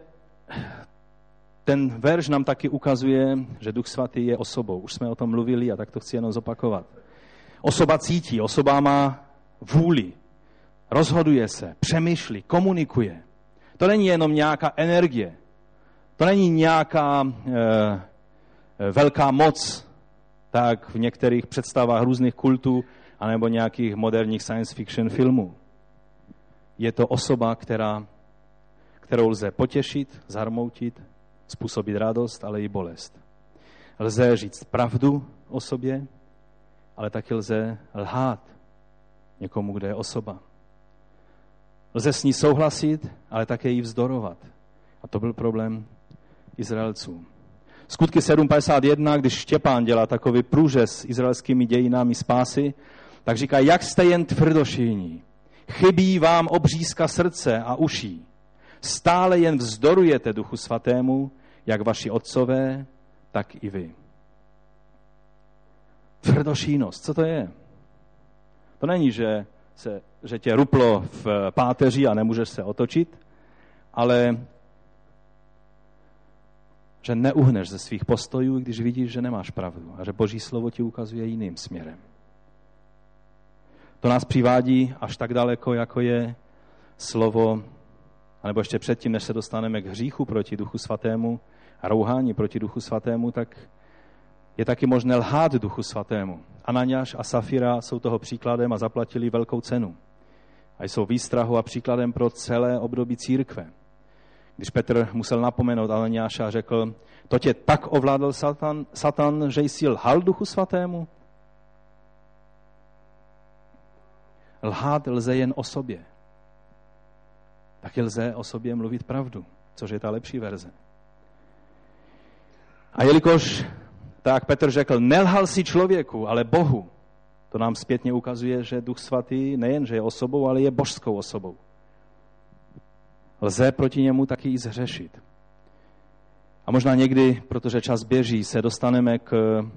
ten verš nám taky ukazuje, že Duch Svatý je osobou. Už jsme o tom mluvili a tak to chci jenom zopakovat. Osoba cítí, osoba má vůli, rozhoduje se, přemýšlí, komunikuje. To není jenom nějaká energie, to není nějaká e, velká moc, tak v některých představách různých kultů anebo nějakých moderních science fiction filmů. Je to osoba, která, kterou lze potěšit, zarmoutit, způsobit radost, ale i bolest. Lze říct pravdu o sobě, ale taky lze lhát někomu, kdo je osoba. Lze s ní souhlasit, ale také jí vzdorovat. A to byl problém Izraelců. Skutky sedm padesát jedna, když Štěpán dělá takový průřez s izraelskými dějinami spásy, tak říká, jak jste jen tvrdošíjní. Chybí vám obřízka srdce a uší. Stále jen vzdorujete Duchu Svatému, jak vaši otcové, tak i vy. Tvrdošínost, co to je? To není, že, se, že tě ruplo v páteři a nemůžeš se otočit, ale že neuhneš ze svých postojů, když vidíš, že nemáš pravdu a že Boží slovo ti ukazuje jiným směrem. To nás přivádí až tak daleko, jako je slovo, anebo ještě předtím, než se dostaneme k hříchu proti Duchu Svatému a rouhání proti Duchu Svatému, tak je taky možné lhát Duchu Svatému. Ananiáš a Safira jsou toho příkladem a zaplatili velkou cenu. A jsou výstrahou a příkladem pro celé období církve. Když Petr musel napomenout Ananiáša a řekl, to tě tak ovládl Satan, Satan, že jsi lhal Duchu Svatému? Lhát lze jen o sobě. Taky lze o sobě mluvit pravdu, což je ta lepší verze. A jelikož, tak Petr řekl, nelhal si člověku, ale Bohu, to nám zpětně ukazuje, že Duch Svatý nejen, že je osobou, ale je božskou osobou. Lze proti němu taky i zhřešit. A možná někdy, protože čas běží, se dostaneme k,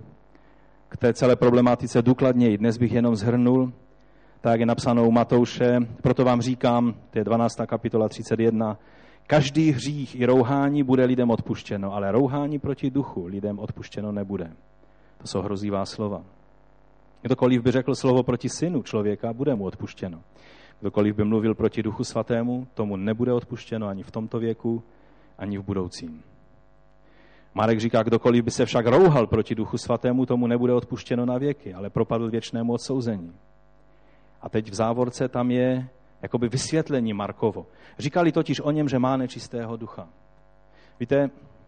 k té celé problematice důkladněji. Dnes bych jenom shrnul, tak je napsáno u Matouše, proto vám říkám, to je dvanáctá kapitola třicet jedna, každý hřích i rouhání bude lidem odpuštěno, ale rouhání proti duchu lidem odpuštěno nebude. To jsou hrozivá slova. Kdokoliv by řekl slovo proti synu člověka, bude mu odpuštěno. Kdokoliv by mluvil proti Duchu Svatému, tomu nebude odpuštěno ani v tomto věku, ani v budoucím. Marek říká, kdokoliv by se však rouhal proti Duchu Svatému, tomu nebude odpuštěno na věky, ale propadl věčnému odsouzení. A teď v závorce tam je jakoby vysvětlení Markovo. Říkali totiž o něm, že má nečistého ducha. Víte,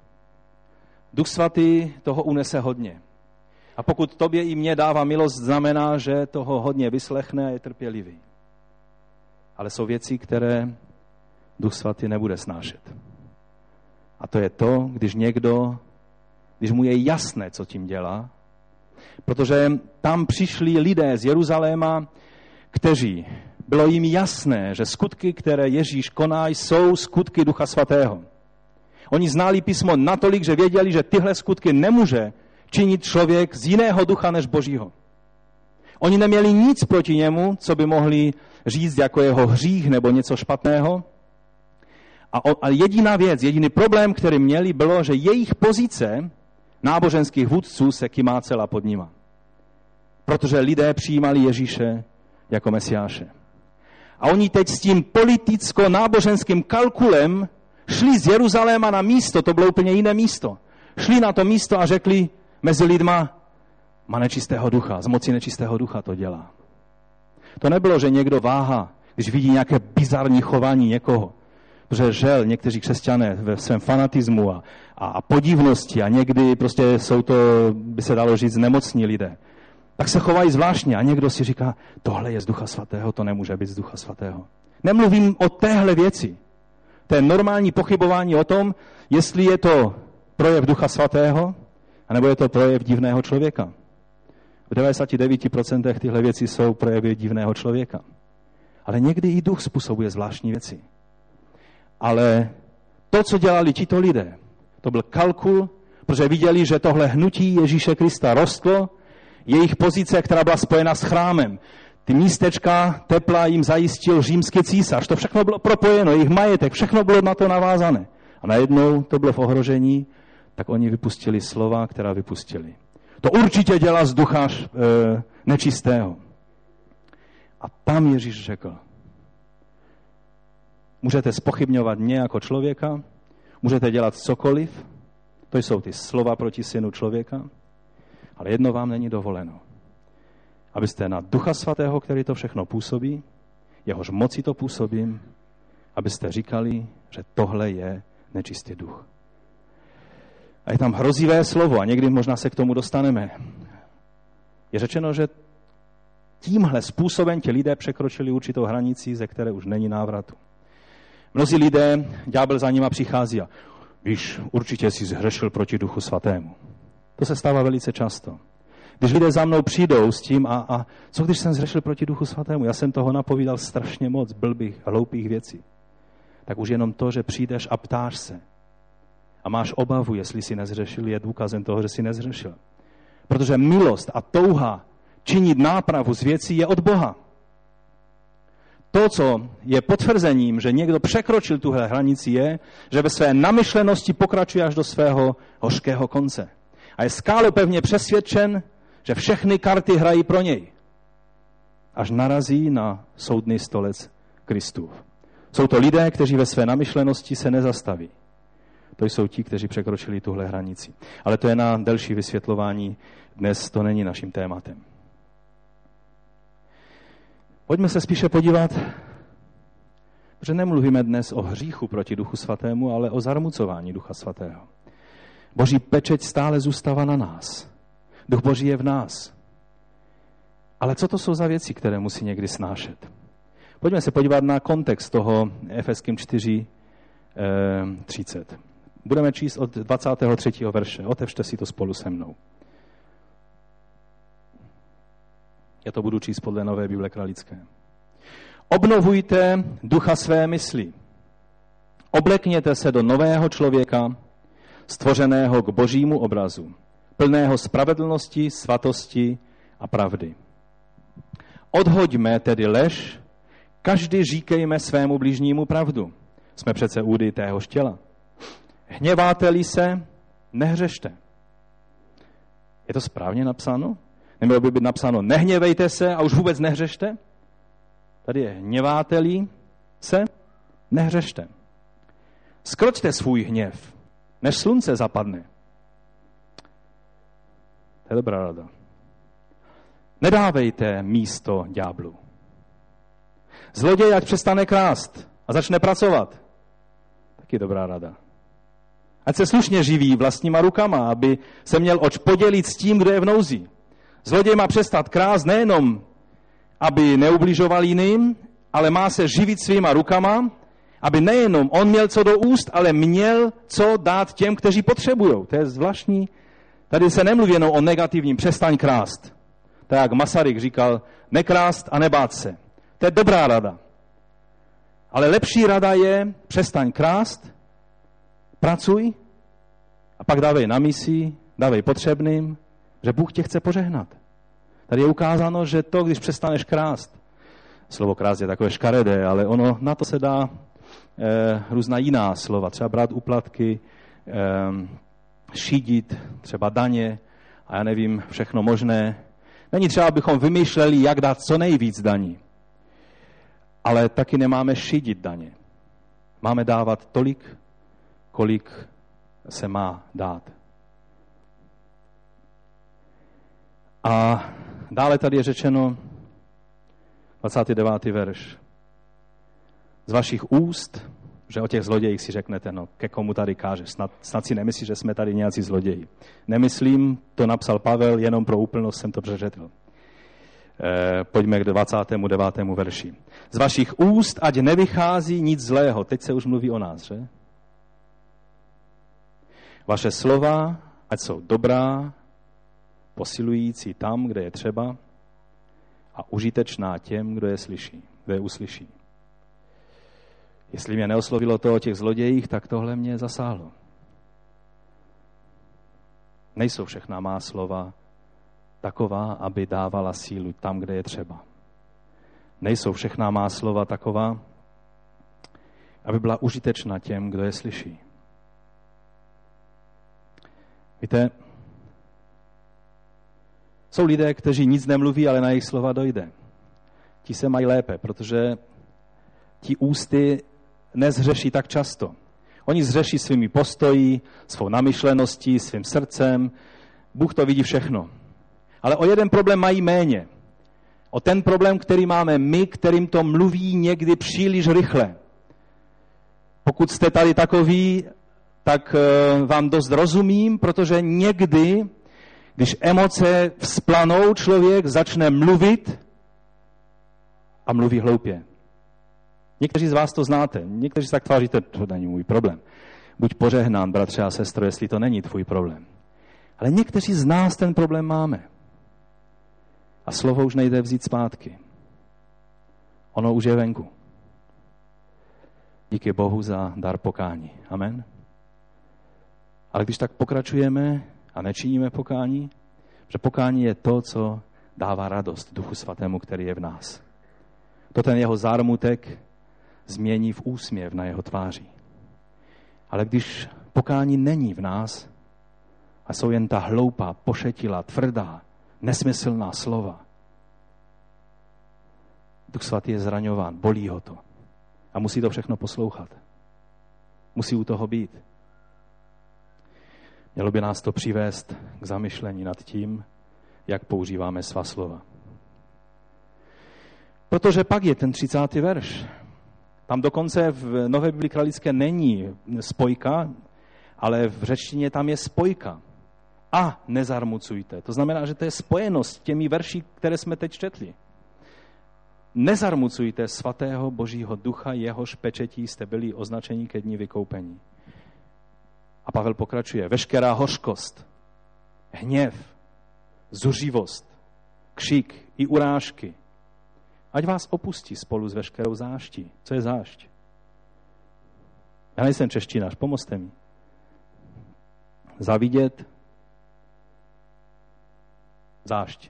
Duch Svatý toho unese hodně. A pokud tobě i mně dává milost, znamená, že toho hodně vyslechne a je trpělivý. Ale jsou věci, které Duch Svatý nebude snášet. A to je to, když někdo, když mu je jasné, co tím dělá, protože tam přišli lidé z Jeruzaléma, kteří, bylo jim jasné, že skutky, které Ježíš koná, jsou skutky Ducha Svatého. Oni znali písmo natolik, že věděli, že tyhle skutky nemůže činit člověk z jiného ducha než Božího. Oni neměli nic proti němu, co by mohli říct jako jeho hřích nebo něco špatného. A, o, a jediná věc, jediný problém, který měli, bylo, že jejich pozice náboženských vůdců se kymácela pod nima. Protože lidé přijímali Ježíše jako Mesiáše. A oni teď s tím politicko-náboženským kalkulem šli z Jeruzaléma na místo, to bylo úplně jiné místo. Šli na to místo a řekli mezi lidma, má nečistého ducha, z moci nečistého ducha to dělá. To nebylo, že někdo váhá, když vidí nějaké bizarní chování někoho. Protože žel, někteří křesťané ve svém fanatismu a, a, a podivnosti a někdy prostě jsou to, by se dalo říct, nemocní lidé. Tak se chovají zvláštně a někdo si říká, tohle je z Ducha Svatého, to nemůže být z Ducha Svatého. Nemluvím o téhle věci. To je normální pochybování o tom, jestli je to projev Ducha Svatého, anebo je to projev divného člověka. V devadesát devět procent tyhle věci jsou projevy divného člověka. Ale někdy i duch způsobuje zvláštní věci. Ale to, co dělali tito lidé, to byl kalkul, protože viděli, že tohle hnutí Ježíše Krista rostlo, jejich pozice, která byla spojena s chrámem. Ty místečka tepla jim zajistil římský císař. To všechno bylo propojeno, jejich majetek, všechno bylo na to navázané. A najednou to bylo v ohrožení, tak oni vypustili slova, která vypustili. To určitě dělá z ducha e, nečistého. A tam Ježíš řekl, můžete zpochybňovat mě jako člověka, můžete dělat cokoliv, to jsou ty slova proti synu člověka, ale jedno vám není dovoleno. Abyste na Ducha Svatého, který to všechno působí, jehož moci to působím, abyste říkali, že tohle je nečistý duch. A je tam hrozivé slovo a někdy možná se k tomu dostaneme. Je řečeno, že tímhle způsobem ti lidé překročili určitou hranici, ze které už není návratu. Mnozí lidé, ďábel za nima přichází a víš, určitě jsi zhřešil proti Duchu Svatému. To se stává velice často. Když lidé za mnou přijdou s tím, a, a co když jsem zřešil proti Duchu Svatému? Já jsem toho napovídal strašně moc, blbých, hloupých věcí. Tak už jenom to, že přijdeš a ptáš se a máš obavu, jestli jsi nezřešil, je důkazem toho, že jsi nezřešil. Protože milost a touha činit nápravu z věcí je od Boha. To, co je potvrzením, že někdo překročil tuhle hranici, je, že ve své namyšlenosti pokračuje až do svého hořkého konce. A je skálopevně přesvědčen, že všechny karty hrají pro něj. Až narazí na soudný stolec Kristův. Jsou to lidé, kteří ve své namyšlenosti se nezastaví. To jsou ti, kteří překročili tuhle hranici. Ale to je na delší vysvětlování. Dnes to není naším tématem. Pojďme se spíše podívat, protože nemluvíme dnes o hříchu proti Duchu Svatému, ale o zarmucování Ducha Svatého. Boží pečeť stále zůstává na nás. Duch Boží je v nás. Ale co to jsou za věci, které musí někdy snášet? Pojďme se podívat na kontext toho Efeským čtyři třicet. Budeme číst od dvacátého třetího verše. Otevřte si to spolu se mnou. Já to budu číst podle Nové Bible Kralické. Obnovujte ducha své mysli. Oblekněte se do nového člověka, stvořeného k Božímu obrazu, plného spravedlnosti, svatosti a pravdy. Odhoďme tedy lež, každý říkejme svému blížnímu pravdu. Jsme přece údy téhož těla. Hněváte-li se, nehřešte. Je to správně napsáno? Nemělo by být napsáno nehněvejte se a už vůbec nehřešte? Tady je hněváte-li se, nehřešte. Skroťte svůj hněv, než slunce zapadne. To je dobrá rada. Nedávejte místo ďáblu. Zloděj ať přestane krást a začne pracovat. Taky dobrá rada. Ať se slušně živí vlastníma rukama, aby se měl oč podělit s tím, kdo je v nouzi. Zloděj má přestat krást nejenom, aby neubližoval jiným, ale má se živit svýma rukama, aby nejenom on měl co do úst, ale měl co dát těm, kteří potřebují. To je zvláštní. Tady se nemluví jenom o negativním, přestaň krást. Tak jak Masaryk říkal, nekrást a nebát se. To je dobrá rada. Ale lepší rada je, přestaň krást, pracuj a pak dávej na misi, dávej potřebným, že Bůh tě chce požehnat. Tady je ukázáno, že to, když přestaneš krást, slovo krást je takové škaredé, ale ono na to se dá eh, různá jiná slova, třeba brát úplatky, eh, šidit, třeba daně a já nevím, všechno možné. Není třeba, abychom vymýšleli, jak dát co nejvíc daní. Ale taky nemáme šidit daně. Máme dávat tolik, kolik se má dát. A dále tady je řečeno dvacátý devátý verš. Z vašich úst, že o těch zlodějích si řeknete, no ke komu tady káže, snad, snad si nemyslí, že jsme tady nějací zloději. Nemyslím, to napsal Pavel, jenom pro úplnost jsem to přečetl. E, pojďme k dvacátému devátému verši. Z vašich úst ať nevychází nic zlého. Teď se už mluví o nás, že? Vaše slova ať jsou dobrá, posilující tam, kde je třeba a užitečná těm, kdo je slyší, kdo je uslyší. Jestli mě neoslovilo to o těch zlodějích, tak tohle mě zasáhlo. Nejsou všechna má slova taková, aby dávala sílu tam, kde je třeba. Nejsou všechna má slova taková, aby byla užitečná těm, kdo je slyší. Víte, jsou lidé, kteří nic nemluví, ale na jejich slova dojde. Ti se mají lépe, protože ti ústy nezřeší tak často. Oni zřeší svými postoji, svou namyšleností, svým srdcem. Bůh to vidí všechno. Ale o jeden problém mají méně. O ten problém, který máme my, kterým to mluví někdy příliš rychle. Pokud jste tady takový, tak vám dost rozumím, protože někdy, když emoce vzplanou, člověk začne mluvit a mluví hloupě. Někteří z vás to znáte, někteří se tak tváříte, to není můj problém. Buď požehnán, bratře a sestro, jestli to není tvůj problém. Ale někteří z nás ten problém máme. A slovo už nejde vzít zpátky. Ono už je venku. Díky Bohu za dar pokání. Amen. Ale když tak pokračujeme a nečiníme pokání, že pokání je to, co dává radost Duchu Svatému, který je v nás. To ten jeho zármutek změní v úsměv na jeho tváři. Ale když pokání není v nás a jsou jen ta hloupá, pošetilá, tvrdá, nesmyslná slova, Duch Svatý je zraňován, bolí ho to. A musí to všechno poslouchat. Musí u toho být. Mělo by nás to přivést k zamyšlení nad tím, jak používáme svá slova. Protože pak je ten třicátý verš. Tam dokonce v Nové Biblii kralické není spojka, ale v řečtině tam je spojka. A nezarmucujte. To znamená, že to je spojenost s těmi verši, které jsme teď četli. Nezarmucujte svatého Božího ducha, jehož pečetí jste byli označeni ke dni vykoupení. A Pavel pokračuje. Veškerá hořkost, hněv, zuřivost, křik i urážky, ať vás opustí spolu s veškerou záští. Co je zášť? Já nejsem češtinář, pomozte mi. Zavidět, zášť.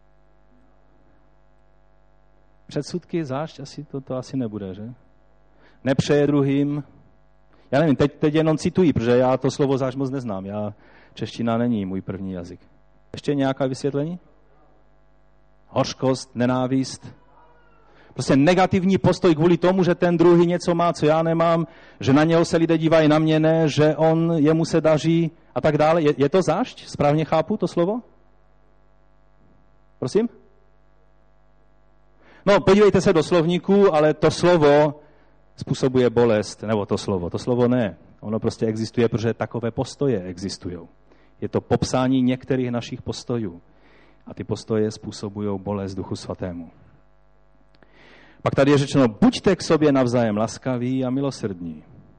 Předsudky, zášť, asi to, to asi nebude, že? Nepřeje druhým. Já nevím, teď, teď jenom cituji, protože já to slovo zášť moc neznám. Já, čeština není můj první jazyk. Ještě nějaká vysvětlení? Hořkost, nenávist. Prostě negativní postoj kvůli tomu, že ten druhý něco má, co já nemám, že na něho se lidé dívají, na mě ne, že on, jemu se daří a tak dále. Je, je to zášť? Správně chápu to slovo? Prosím? No, podívejte se do slovníku, ale to slovo způsobuje bolest, nebo to slovo, to slovo ne. Ono prostě existuje, protože takové postoje existují. Je to popsání některých našich postojů. A ty postoje způsobují bolest Duchu Svatému. Pak tady je řečeno, buďte k sobě navzájem laskaví a milosrdní.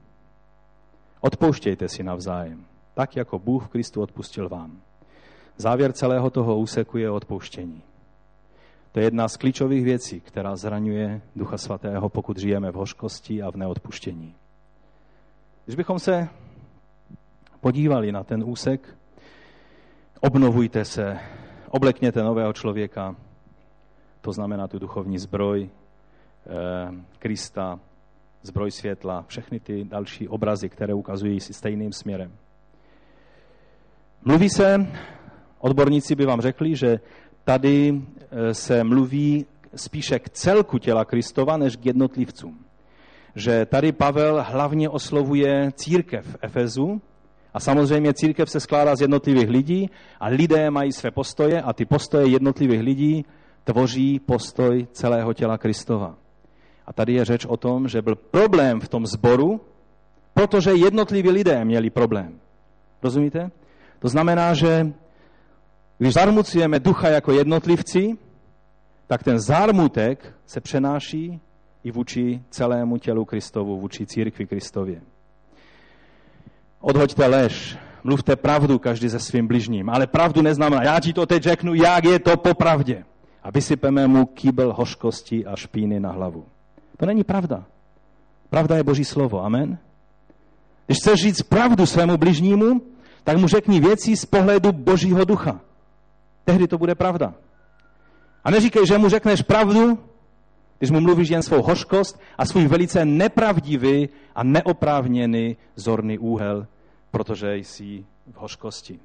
Odpouštějte si navzájem, tak jako Bůh v Kristu odpustil vám. Závěr celého toho úseku je odpouštění. To je jedna z klíčových věcí, která zraňuje Ducha Svatého, pokud žijeme v hořkosti a v neodpuštění. Když bychom se podívali na ten úsek, obnovujte se, oblekněte nového člověka, to znamená tu duchovní zbroj, Krista, zbroj světla, všechny ty další obrazy, které ukazují si stejným směrem. Mluví se, odborníci by vám řekli, že tady se mluví spíše k celku těla Kristova, než k jednotlivcům. Že tady Pavel hlavně oslovuje církev v Efezu a samozřejmě církev se skládá z jednotlivých lidí a lidé mají své postoje a ty postoje jednotlivých lidí tvoří postoj celého těla Kristova. A tady je řeč o tom, že byl problém v tom sboru, protože jednotliví lidé měli problém. Rozumíte? To znamená, že když zarmucujeme ducha jako jednotlivci, tak ten zármutek se přenáší i vůči celému tělu Kristovu, vůči církvi Kristově. Odhoďte lež, mluvte pravdu každý se svým bližním, ale pravdu neznamená, já ti to teď řeknu, jak je to po pravdě. A vysypeme mu kýbel hořkosti a špíny na hlavu. To není pravda. Pravda je Boží slovo. Amen? Když chceš říct pravdu svému bližnímu, tak mu řekni věci z pohledu Božího ducha. Tehdy to bude pravda. A neříkej, že mu řekneš pravdu, když mu mluvíš jen svou hořkost a svůj velice nepravdivý a neoprávněný zorný úhel, protože jsi v hořkosti.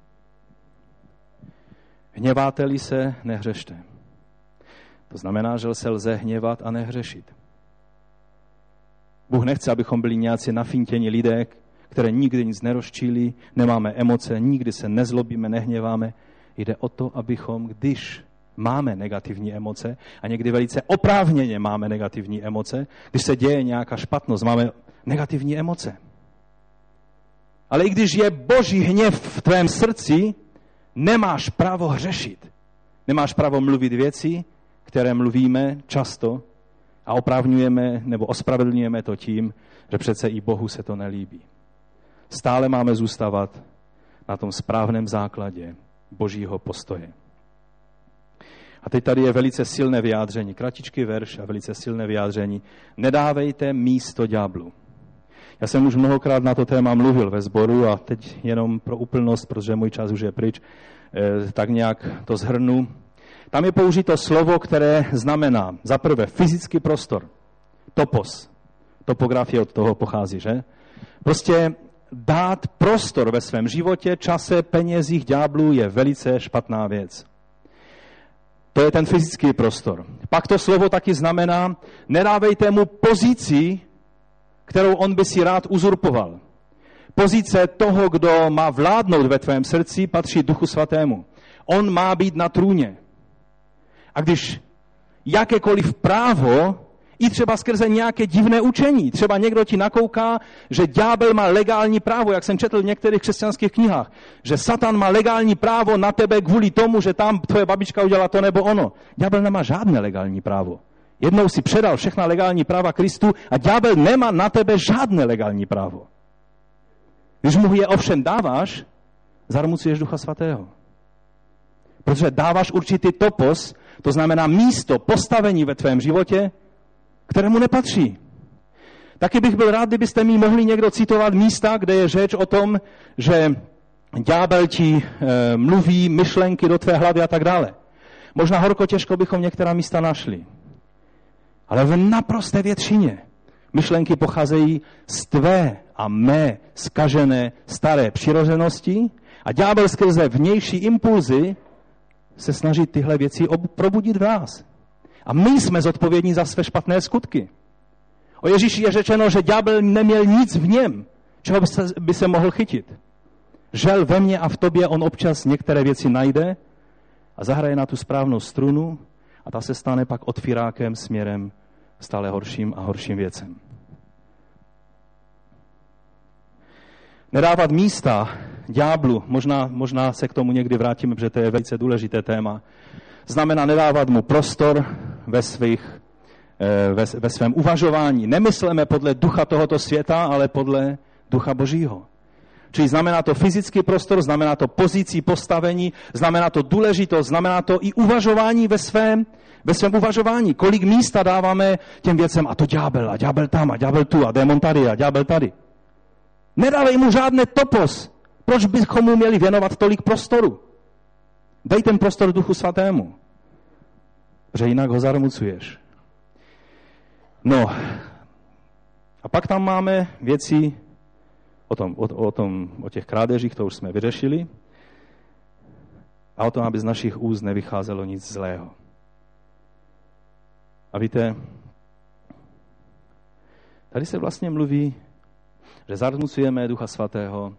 Hněváte-li se, nehřešte. To znamená, že se lze hněvat a nehřešit. Bůh nechce, abychom byli nějací nafintění lidé, které nikdy nic nerozčílí, nemáme emoce, nikdy se nezlobíme, nehněváme. Jde o to, abychom, když máme negativní emoce, a někdy velice oprávněně máme negativní emoce, když se děje nějaká špatnost, máme negativní emoce. Ale i když je Boží hněv v tvém srdci, nemáš právo hřešit. Nemáš právo mluvit věci, které mluvíme často a oprávňujeme nebo ospravedlňujeme to tím, že přece i Bohu se to nelíbí. Stále máme zůstávat na tom správném základě Božího postoje. A teď tady je velice silné vyjádření, kratičký verš a velice silné vyjádření. Nedávejte místo ďáblu. Já jsem už mnohokrát na to téma mluvil ve sboru a teď jenom pro úplnost, protože můj čas už je pryč, tak nějak to shrnu. Tam je použito slovo, které znamená za prvé fyzický prostor, topos. Topografie od toho pochází, že? Prostě dát prostor ve svém životě, čase, penězích ďáblu je velice špatná věc. To je ten fyzický prostor. Pak to slovo taky znamená, nedávejte mu pozici, kterou on by si rád uzurpoval. Pozice toho, kdo má vládnout ve tvém srdci, patří Duchu Svatému. On má být na trůně. A když jakékoliv právo, i třeba skrze nějaké divné učení, třeba někdo ti nakouká, že ďábel má legální právo, jak jsem četl v některých křesťanských knihách, že Satan má legální právo na tebe kvůli tomu, že tam tvoje babička udělala to nebo ono. Ďábel nemá žádné legální právo. Jednou si předal všechna legální práva Kristu a ďábel nemá na tebe žádné legální právo. Když mu je ovšem dáváš, zarmucuješ Ducha Svatého. Protože dáváš určitý topos, to znamená místo, postavení ve tvém životě, kterému nepatří. Taky bych byl rád, kdybyste mi mohli někdo citovat místa, kde je řeč o tom, že ďábel ti e, mluví myšlenky do tvé hlavy a tak dále. Možná horko těžko bychom některá místa našli. Ale v naprosté většině myšlenky pocházejí z tvé a mé zkažené staré přirozenosti a ďábel skrze vnější impulzy se snaží tyhle věci probudit v nás. A my jsme zodpovědní za své špatné skutky. O Ježíši je řečeno, že ďábel neměl nic v něm, čeho by se, by se mohl chytit. Žel ve mně a v tobě on občas některé věci najde a zahraje na tu správnou strunu a ta se stane pak otvírákem směrem stále horším a horším věcem. Nedávat místa ďáblu, možná, možná se k tomu někdy vrátíme, protože to je velice důležité téma, znamená nedávat mu prostor ve, svých, ve, ve svém uvažování. Nemysleme podle ducha tohoto světa, ale podle ducha Božího. Čili znamená to fyzický prostor, znamená to pozici, postavení, znamená to důležitost, znamená to i uvažování ve svém, ve svém uvažování. Kolik místa dáváme těm věcem, a to ďábel, a ďábel tam, a ďábel tu, a démon tady, a ďábel tady. Nedávej mu žádné topos. Proč bychom mu měli věnovat tolik prostoru? Dej ten prostor Duchu Svatému. Protože jinak ho zarmucuješ. No, a pak tam máme věci o, tom, o, o, tom, o těch krádežích, to už jsme vyřešili. A o tom, aby z našich úst nevycházelo nic zlého. A víte, tady se vlastně mluví, že zarmucujeme Ducha Svatého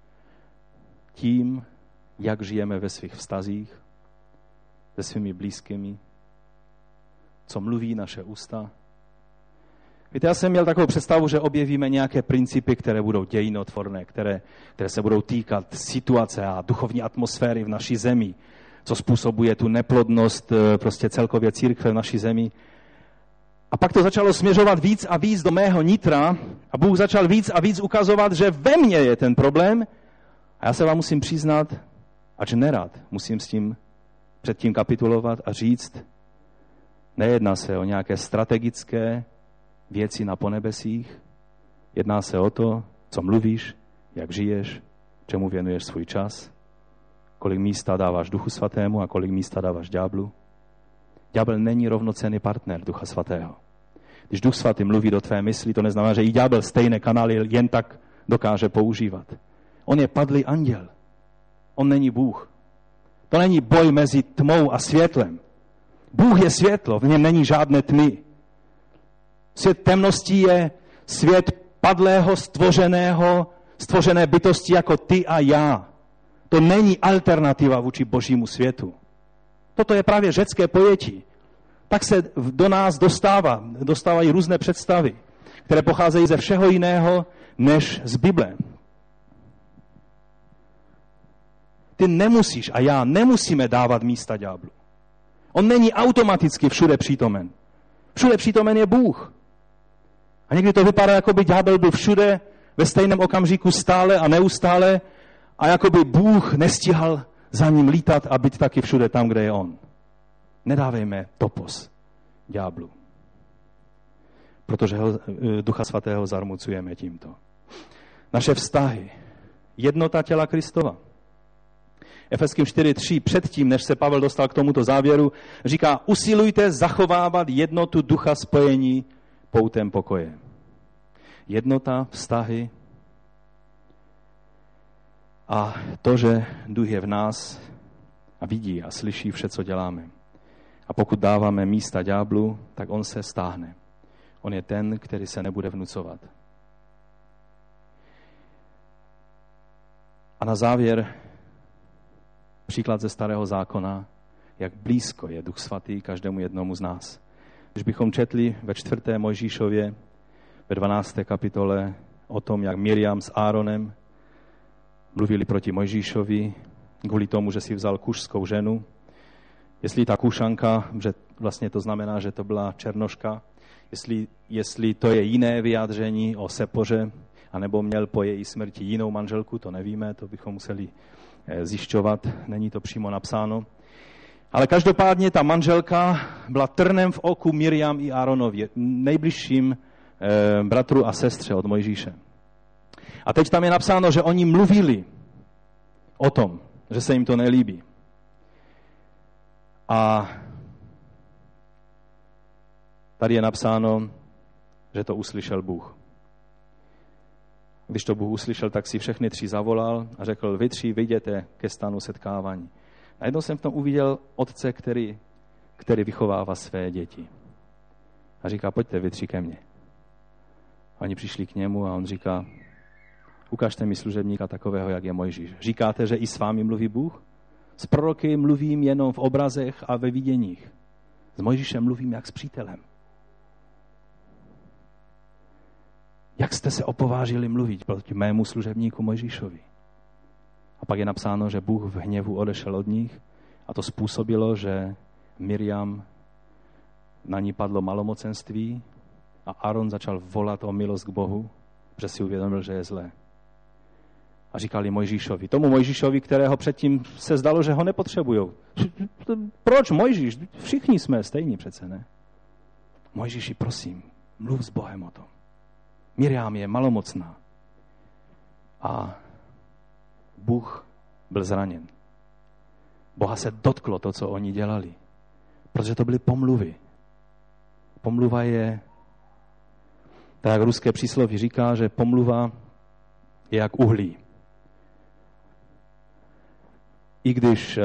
tím, jak žijeme ve svých vztazích, se svými blízkými, co mluví naše ústa. Víte, já jsem měl takovou představu, že objevíme nějaké principy, které budou dějinotvorné, které, které se budou týkat situace a duchovní atmosféry v naší zemi, co způsobuje tu neplodnost prostě celkově církve v naší zemi. A pak to začalo směřovat víc a víc do mého nitra a Bůh začal víc a víc ukazovat, že ve mně je ten problém. A já se vám musím přiznat, ač nerad, musím s tím předtím kapitulovat a říct, nejedná se o nějaké strategické věci na ponebesích, jedná se o to, co mluvíš, jak žiješ, čemu věnuješ svůj čas, kolik místa dáváš Duchu Svatému a kolik místa dáváš ďáblu. Ďábel není rovnocenný partner Ducha Svatého. Když Duch Svatý mluví do tvé mysli, to neznamená, že i ďábel stejné kanály jen tak dokáže používat. On je padlý anděl. On není Bůh. To není boj mezi tmou a světlem. Bůh je světlo, v něm není žádné tmy. Svět temností je svět padlého, stvořeného, stvořené bytosti jako ty a já. To není alternativa vůči Božímu světu. Toto je právě řecké pojetí. Tak se do nás dostává, dostávají různé představy, které pocházejí ze všeho jiného než z Bible. Ty nemusíš a já nemusíme dávat místa ďáblu. On není automaticky všude přítomen. Všude přítomen je Bůh. A někdy to vypadá, jako by ďábel byl všude ve stejném okamžiku stále a neustále a jako by Bůh nestíhal za ním lítat a být taky všude tam, kde je on. Nedávejme topos ďáblu, protože ho, Ducha Svatého zarmucujeme tímto. Naše vztahy, jednota těla Kristova. Efeským čtyři tři, předtím, než se Pavel dostal k tomuto závěru, říká, usilujte zachovávat jednotu ducha spojení poutem pokoje. Jednota, vztahy a to, že duch je v nás a vidí a slyší vše, co děláme. A pokud dáváme místa ďáblu, tak on se stáhne. On je ten, který se nebude vnucovat. A na závěr příklad ze Starého zákona, jak blízko je Duch Svatý každému jednomu z nás. Když bychom četli ve čtvrté Mojžíšově, ve dvanácté kapitole o tom, jak Miriam s Áronem mluvili proti Mojžíšovi kvůli tomu, že si vzal kušskou ženu. Jestli ta kušanka, že vlastně to znamená, že to byla černoška, jestli, jestli to je jiné vyjádření o Sepoře, anebo měl po její smrti jinou manželku, to nevíme, to bychom museli zjišťovat, není to přímo napsáno. Ale každopádně ta manželka byla trnem v oku Miriam i Áronovi, nejbližším eh, bratru a sestře od Mojžíše. A teď tam je napsáno, že oni mluvili o tom, že se jim to nelíbí. A tady je napsáno, že to uslyšel Bůh. Když to Bůh uslyšel, tak si všechny tři zavolal a řekl, vy tři vyjděte ke stanu setkávání. Najednou jsem v tom uviděl otce, který, který vychovává své děti. A říká, pojďte vy tři ke mně. A oni přišli k němu a on říká, ukažte mi služebníka takového, jak je Mojžíš. Říkáte, že i s vámi mluví Bůh? S proroky mluvím jenom v obrazech a ve viděních. S Mojžíšem mluvím jak s přítelem. Jak jste se opovážili mluvit proti mému služebníku Mojžíšovi? A pak je napsáno, že Bůh v hněvu odešel od nich a to způsobilo, že Miriam, na ní padlo malomocenství a Áron začal volat o milost k Bohu, protože si uvědomil, že je zlé. A říkali Mojžíšovi, tomu Mojžíšovi, kterého předtím se zdalo, že ho nepotřebujou. Proč Mojžíš? Všichni jsme stejní přece, ne? Mojžíši, prosím, mluv s Bohem o tom. Miriam je malomocná. A Bůh byl zraněn. Boha se dotklo to, co oni dělali. Protože to byly pomluvy. Pomluva je, tak jak ruské přísloví říká, že pomluva je jak uhlí. I když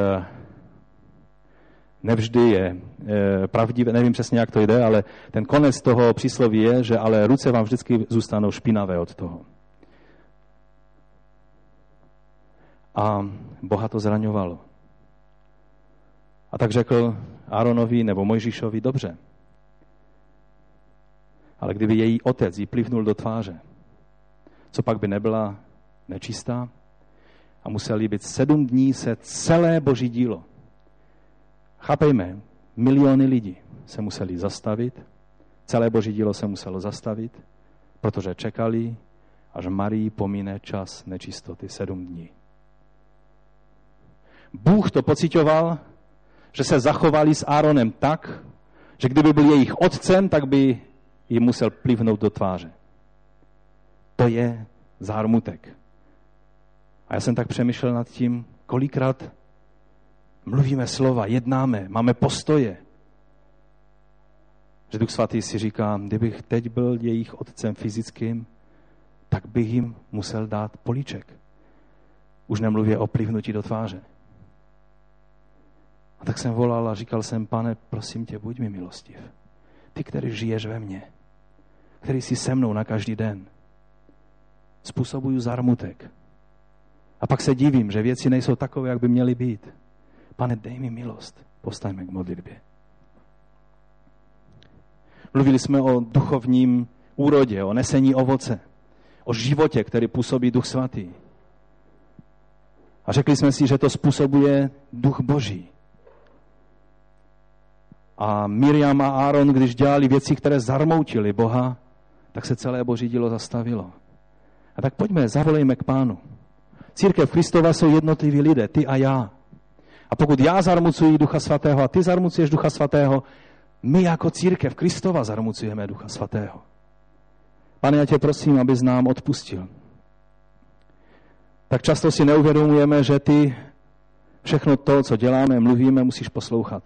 nevždy je pravdivé, nevím přesně, jak to jde, ale ten konec toho přísloví je, že ale ruce vám vždycky zůstanou špinavé od toho. A Boha to zraňovalo. A tak řekl Áronovi nebo Mojžíšovi, dobře. Ale kdyby její otec jí plivnul do tváře, co pak by nebyla nečistá? A museli být sedm dní se celé boží dílo. Chápejme, miliony lidí se museli zastavit, celé boží dílo se muselo zastavit, protože čekali, až Marii pomine čas nečistoty sedm dní. Bůh to pociťoval, že se zachovali s Áronem tak, že kdyby byl jejich otcem, tak by jim musel plivnout do tváře. To je zármutek. A já jsem tak přemýšlel nad tím, kolikrát mluvíme slova, jednáme, máme postoje. Že Duch Svatý si říká, kdybych teď byl jejich otcem fyzickým, tak bych jim musel dát políček. Už nemluvě o plivnutí do tváře. A tak jsem volal a říkal jsem, Pane, prosím tě, buď mi milostiv. Ty, který žiješ ve mně, který jsi se mnou na každý den. Způsobuju zármutek. A pak se divím, že věci nejsou takové, jak by měly být. Pane, dej mi milost. Povstaňme k modlitbě. Mluvili jsme o duchovním úrodě, o nesení ovoce, o životě, který působí Duch Svatý. A řekli jsme si, že to způsobuje Duch Boží. A Miriam a Áron, když dělali věci, které zarmoutily Boha, tak se celé Boží dílo zastavilo. A tak pojďme, zavolejme k Pánu. Církev Kristova jsou jednotliví lidé, ty a já. A pokud já zarmucuji Ducha Svatého a ty zarmucuješ Ducha Svatého, my jako církev Kristova zarmucujeme Ducha Svatého. Pane, já tě prosím, abys nám odpustil. Tak často si neuvědomujeme, že ty všechno to, co děláme, mluvíme, musíš poslouchat.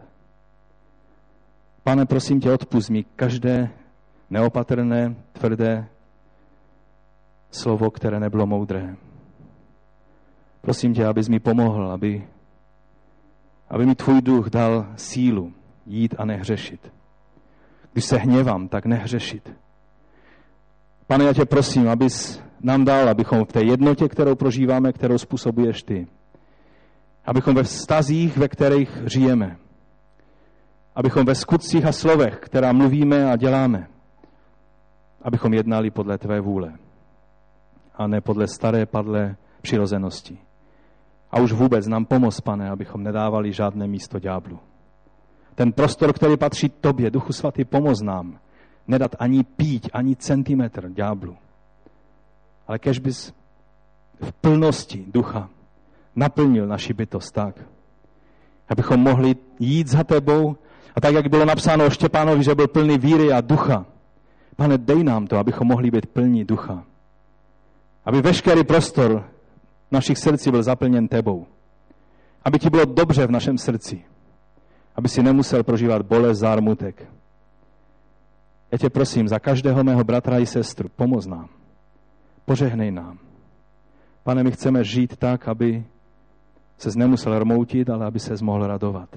Pane, prosím tě, odpusť mi každé neopatrné, tvrdé slovo, které nebylo moudré. Prosím tě, abys mi pomohl, aby, aby mi tvůj duch dal sílu jít a nehřešit. Když se hněvám, tak nehřešit. Pane, já tě prosím, abys nám dal, abychom v té jednotě, kterou prožíváme, kterou způsobuješ ty, abychom ve vztazích, ve kterých žijeme, abychom ve skutcích a slovech, která mluvíme a děláme, abychom jednali podle tvé vůle a ne podle staré padlé přirozenosti. A už vůbec nám pomoz, Pane, abychom nedávali žádné místo ďáblu. Ten prostor, který patří tobě, Duchu Svatý, pomoz nám nedat ani píť, ani centimetr ďáblu. Ale kež bys v plnosti ducha naplnil naši bytost tak, abychom mohli jít za tebou a tak, jak bylo napsáno o Štěpánovi, že byl plný víry a ducha. Pane, dej nám to, abychom mohli být plní ducha. Aby veškerý prostor našich srdcí byl zaplněn tebou. Aby ti bylo dobře v našem srdci. Aby si nemusel prožívat bolest, zármutek. Já tě prosím za každého mého bratra i sestru, pomoz nám. Požehnej nám. Pane, my chceme žít tak, aby ses nemusel rmoutit, ale aby ses mohl radovat.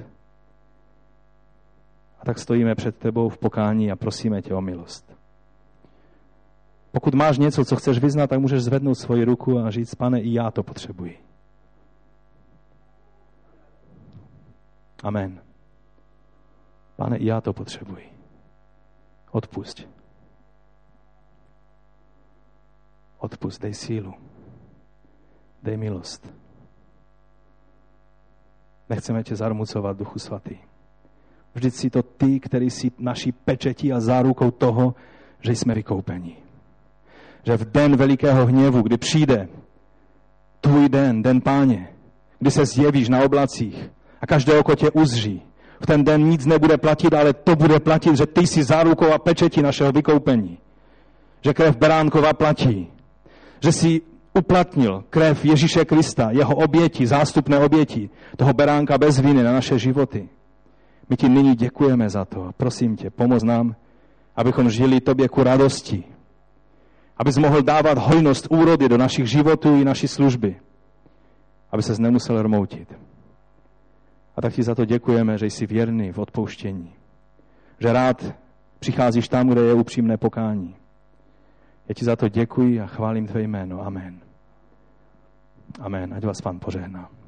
A tak stojíme před tebou v pokání a prosíme tě o milost. Pokud máš něco, co chceš vyznat, tak můžeš zvednout svoji ruku a říct, Pane, i já to potřebuji. Amen. Pane, i já to potřebuji. Odpusť. Odpusť, dej sílu. Dej milost. Nechceme tě zarmucovat, Duchu Svatý. Vždyť jsi to ty, který jsi naší pečetí a zárukou toho, že jsme vykoupeni. Že v den velikého hněvu, kdy přijde tvůj den, den Páně, kdy se zjevíš na oblacích a každé oko tě uzří, v ten den nic nebude platit, ale to bude platit, že ty jsi zárukou a pečetí našeho vykoupení. Že krev beránkova platí. Že jsi uplatnil krev Ježíše Krista, jeho oběti, zástupné oběti, toho beránka bez viny na naše životy. My ti nyní děkujeme za to. Prosím tě, pomoz nám, abychom žili tobě ku radosti. Abys mohl dávat hojnost úrody do našich životů i naší služby. Aby ses nemusel rmoutit. A tak ti za to děkujeme, že jsi věrný v odpouštění. Že rád přicházíš tam, kde je upřímné pokání. Já ti za to děkuji a chválím tvé jméno. Amen. Amen. Ať vás Pán požehná.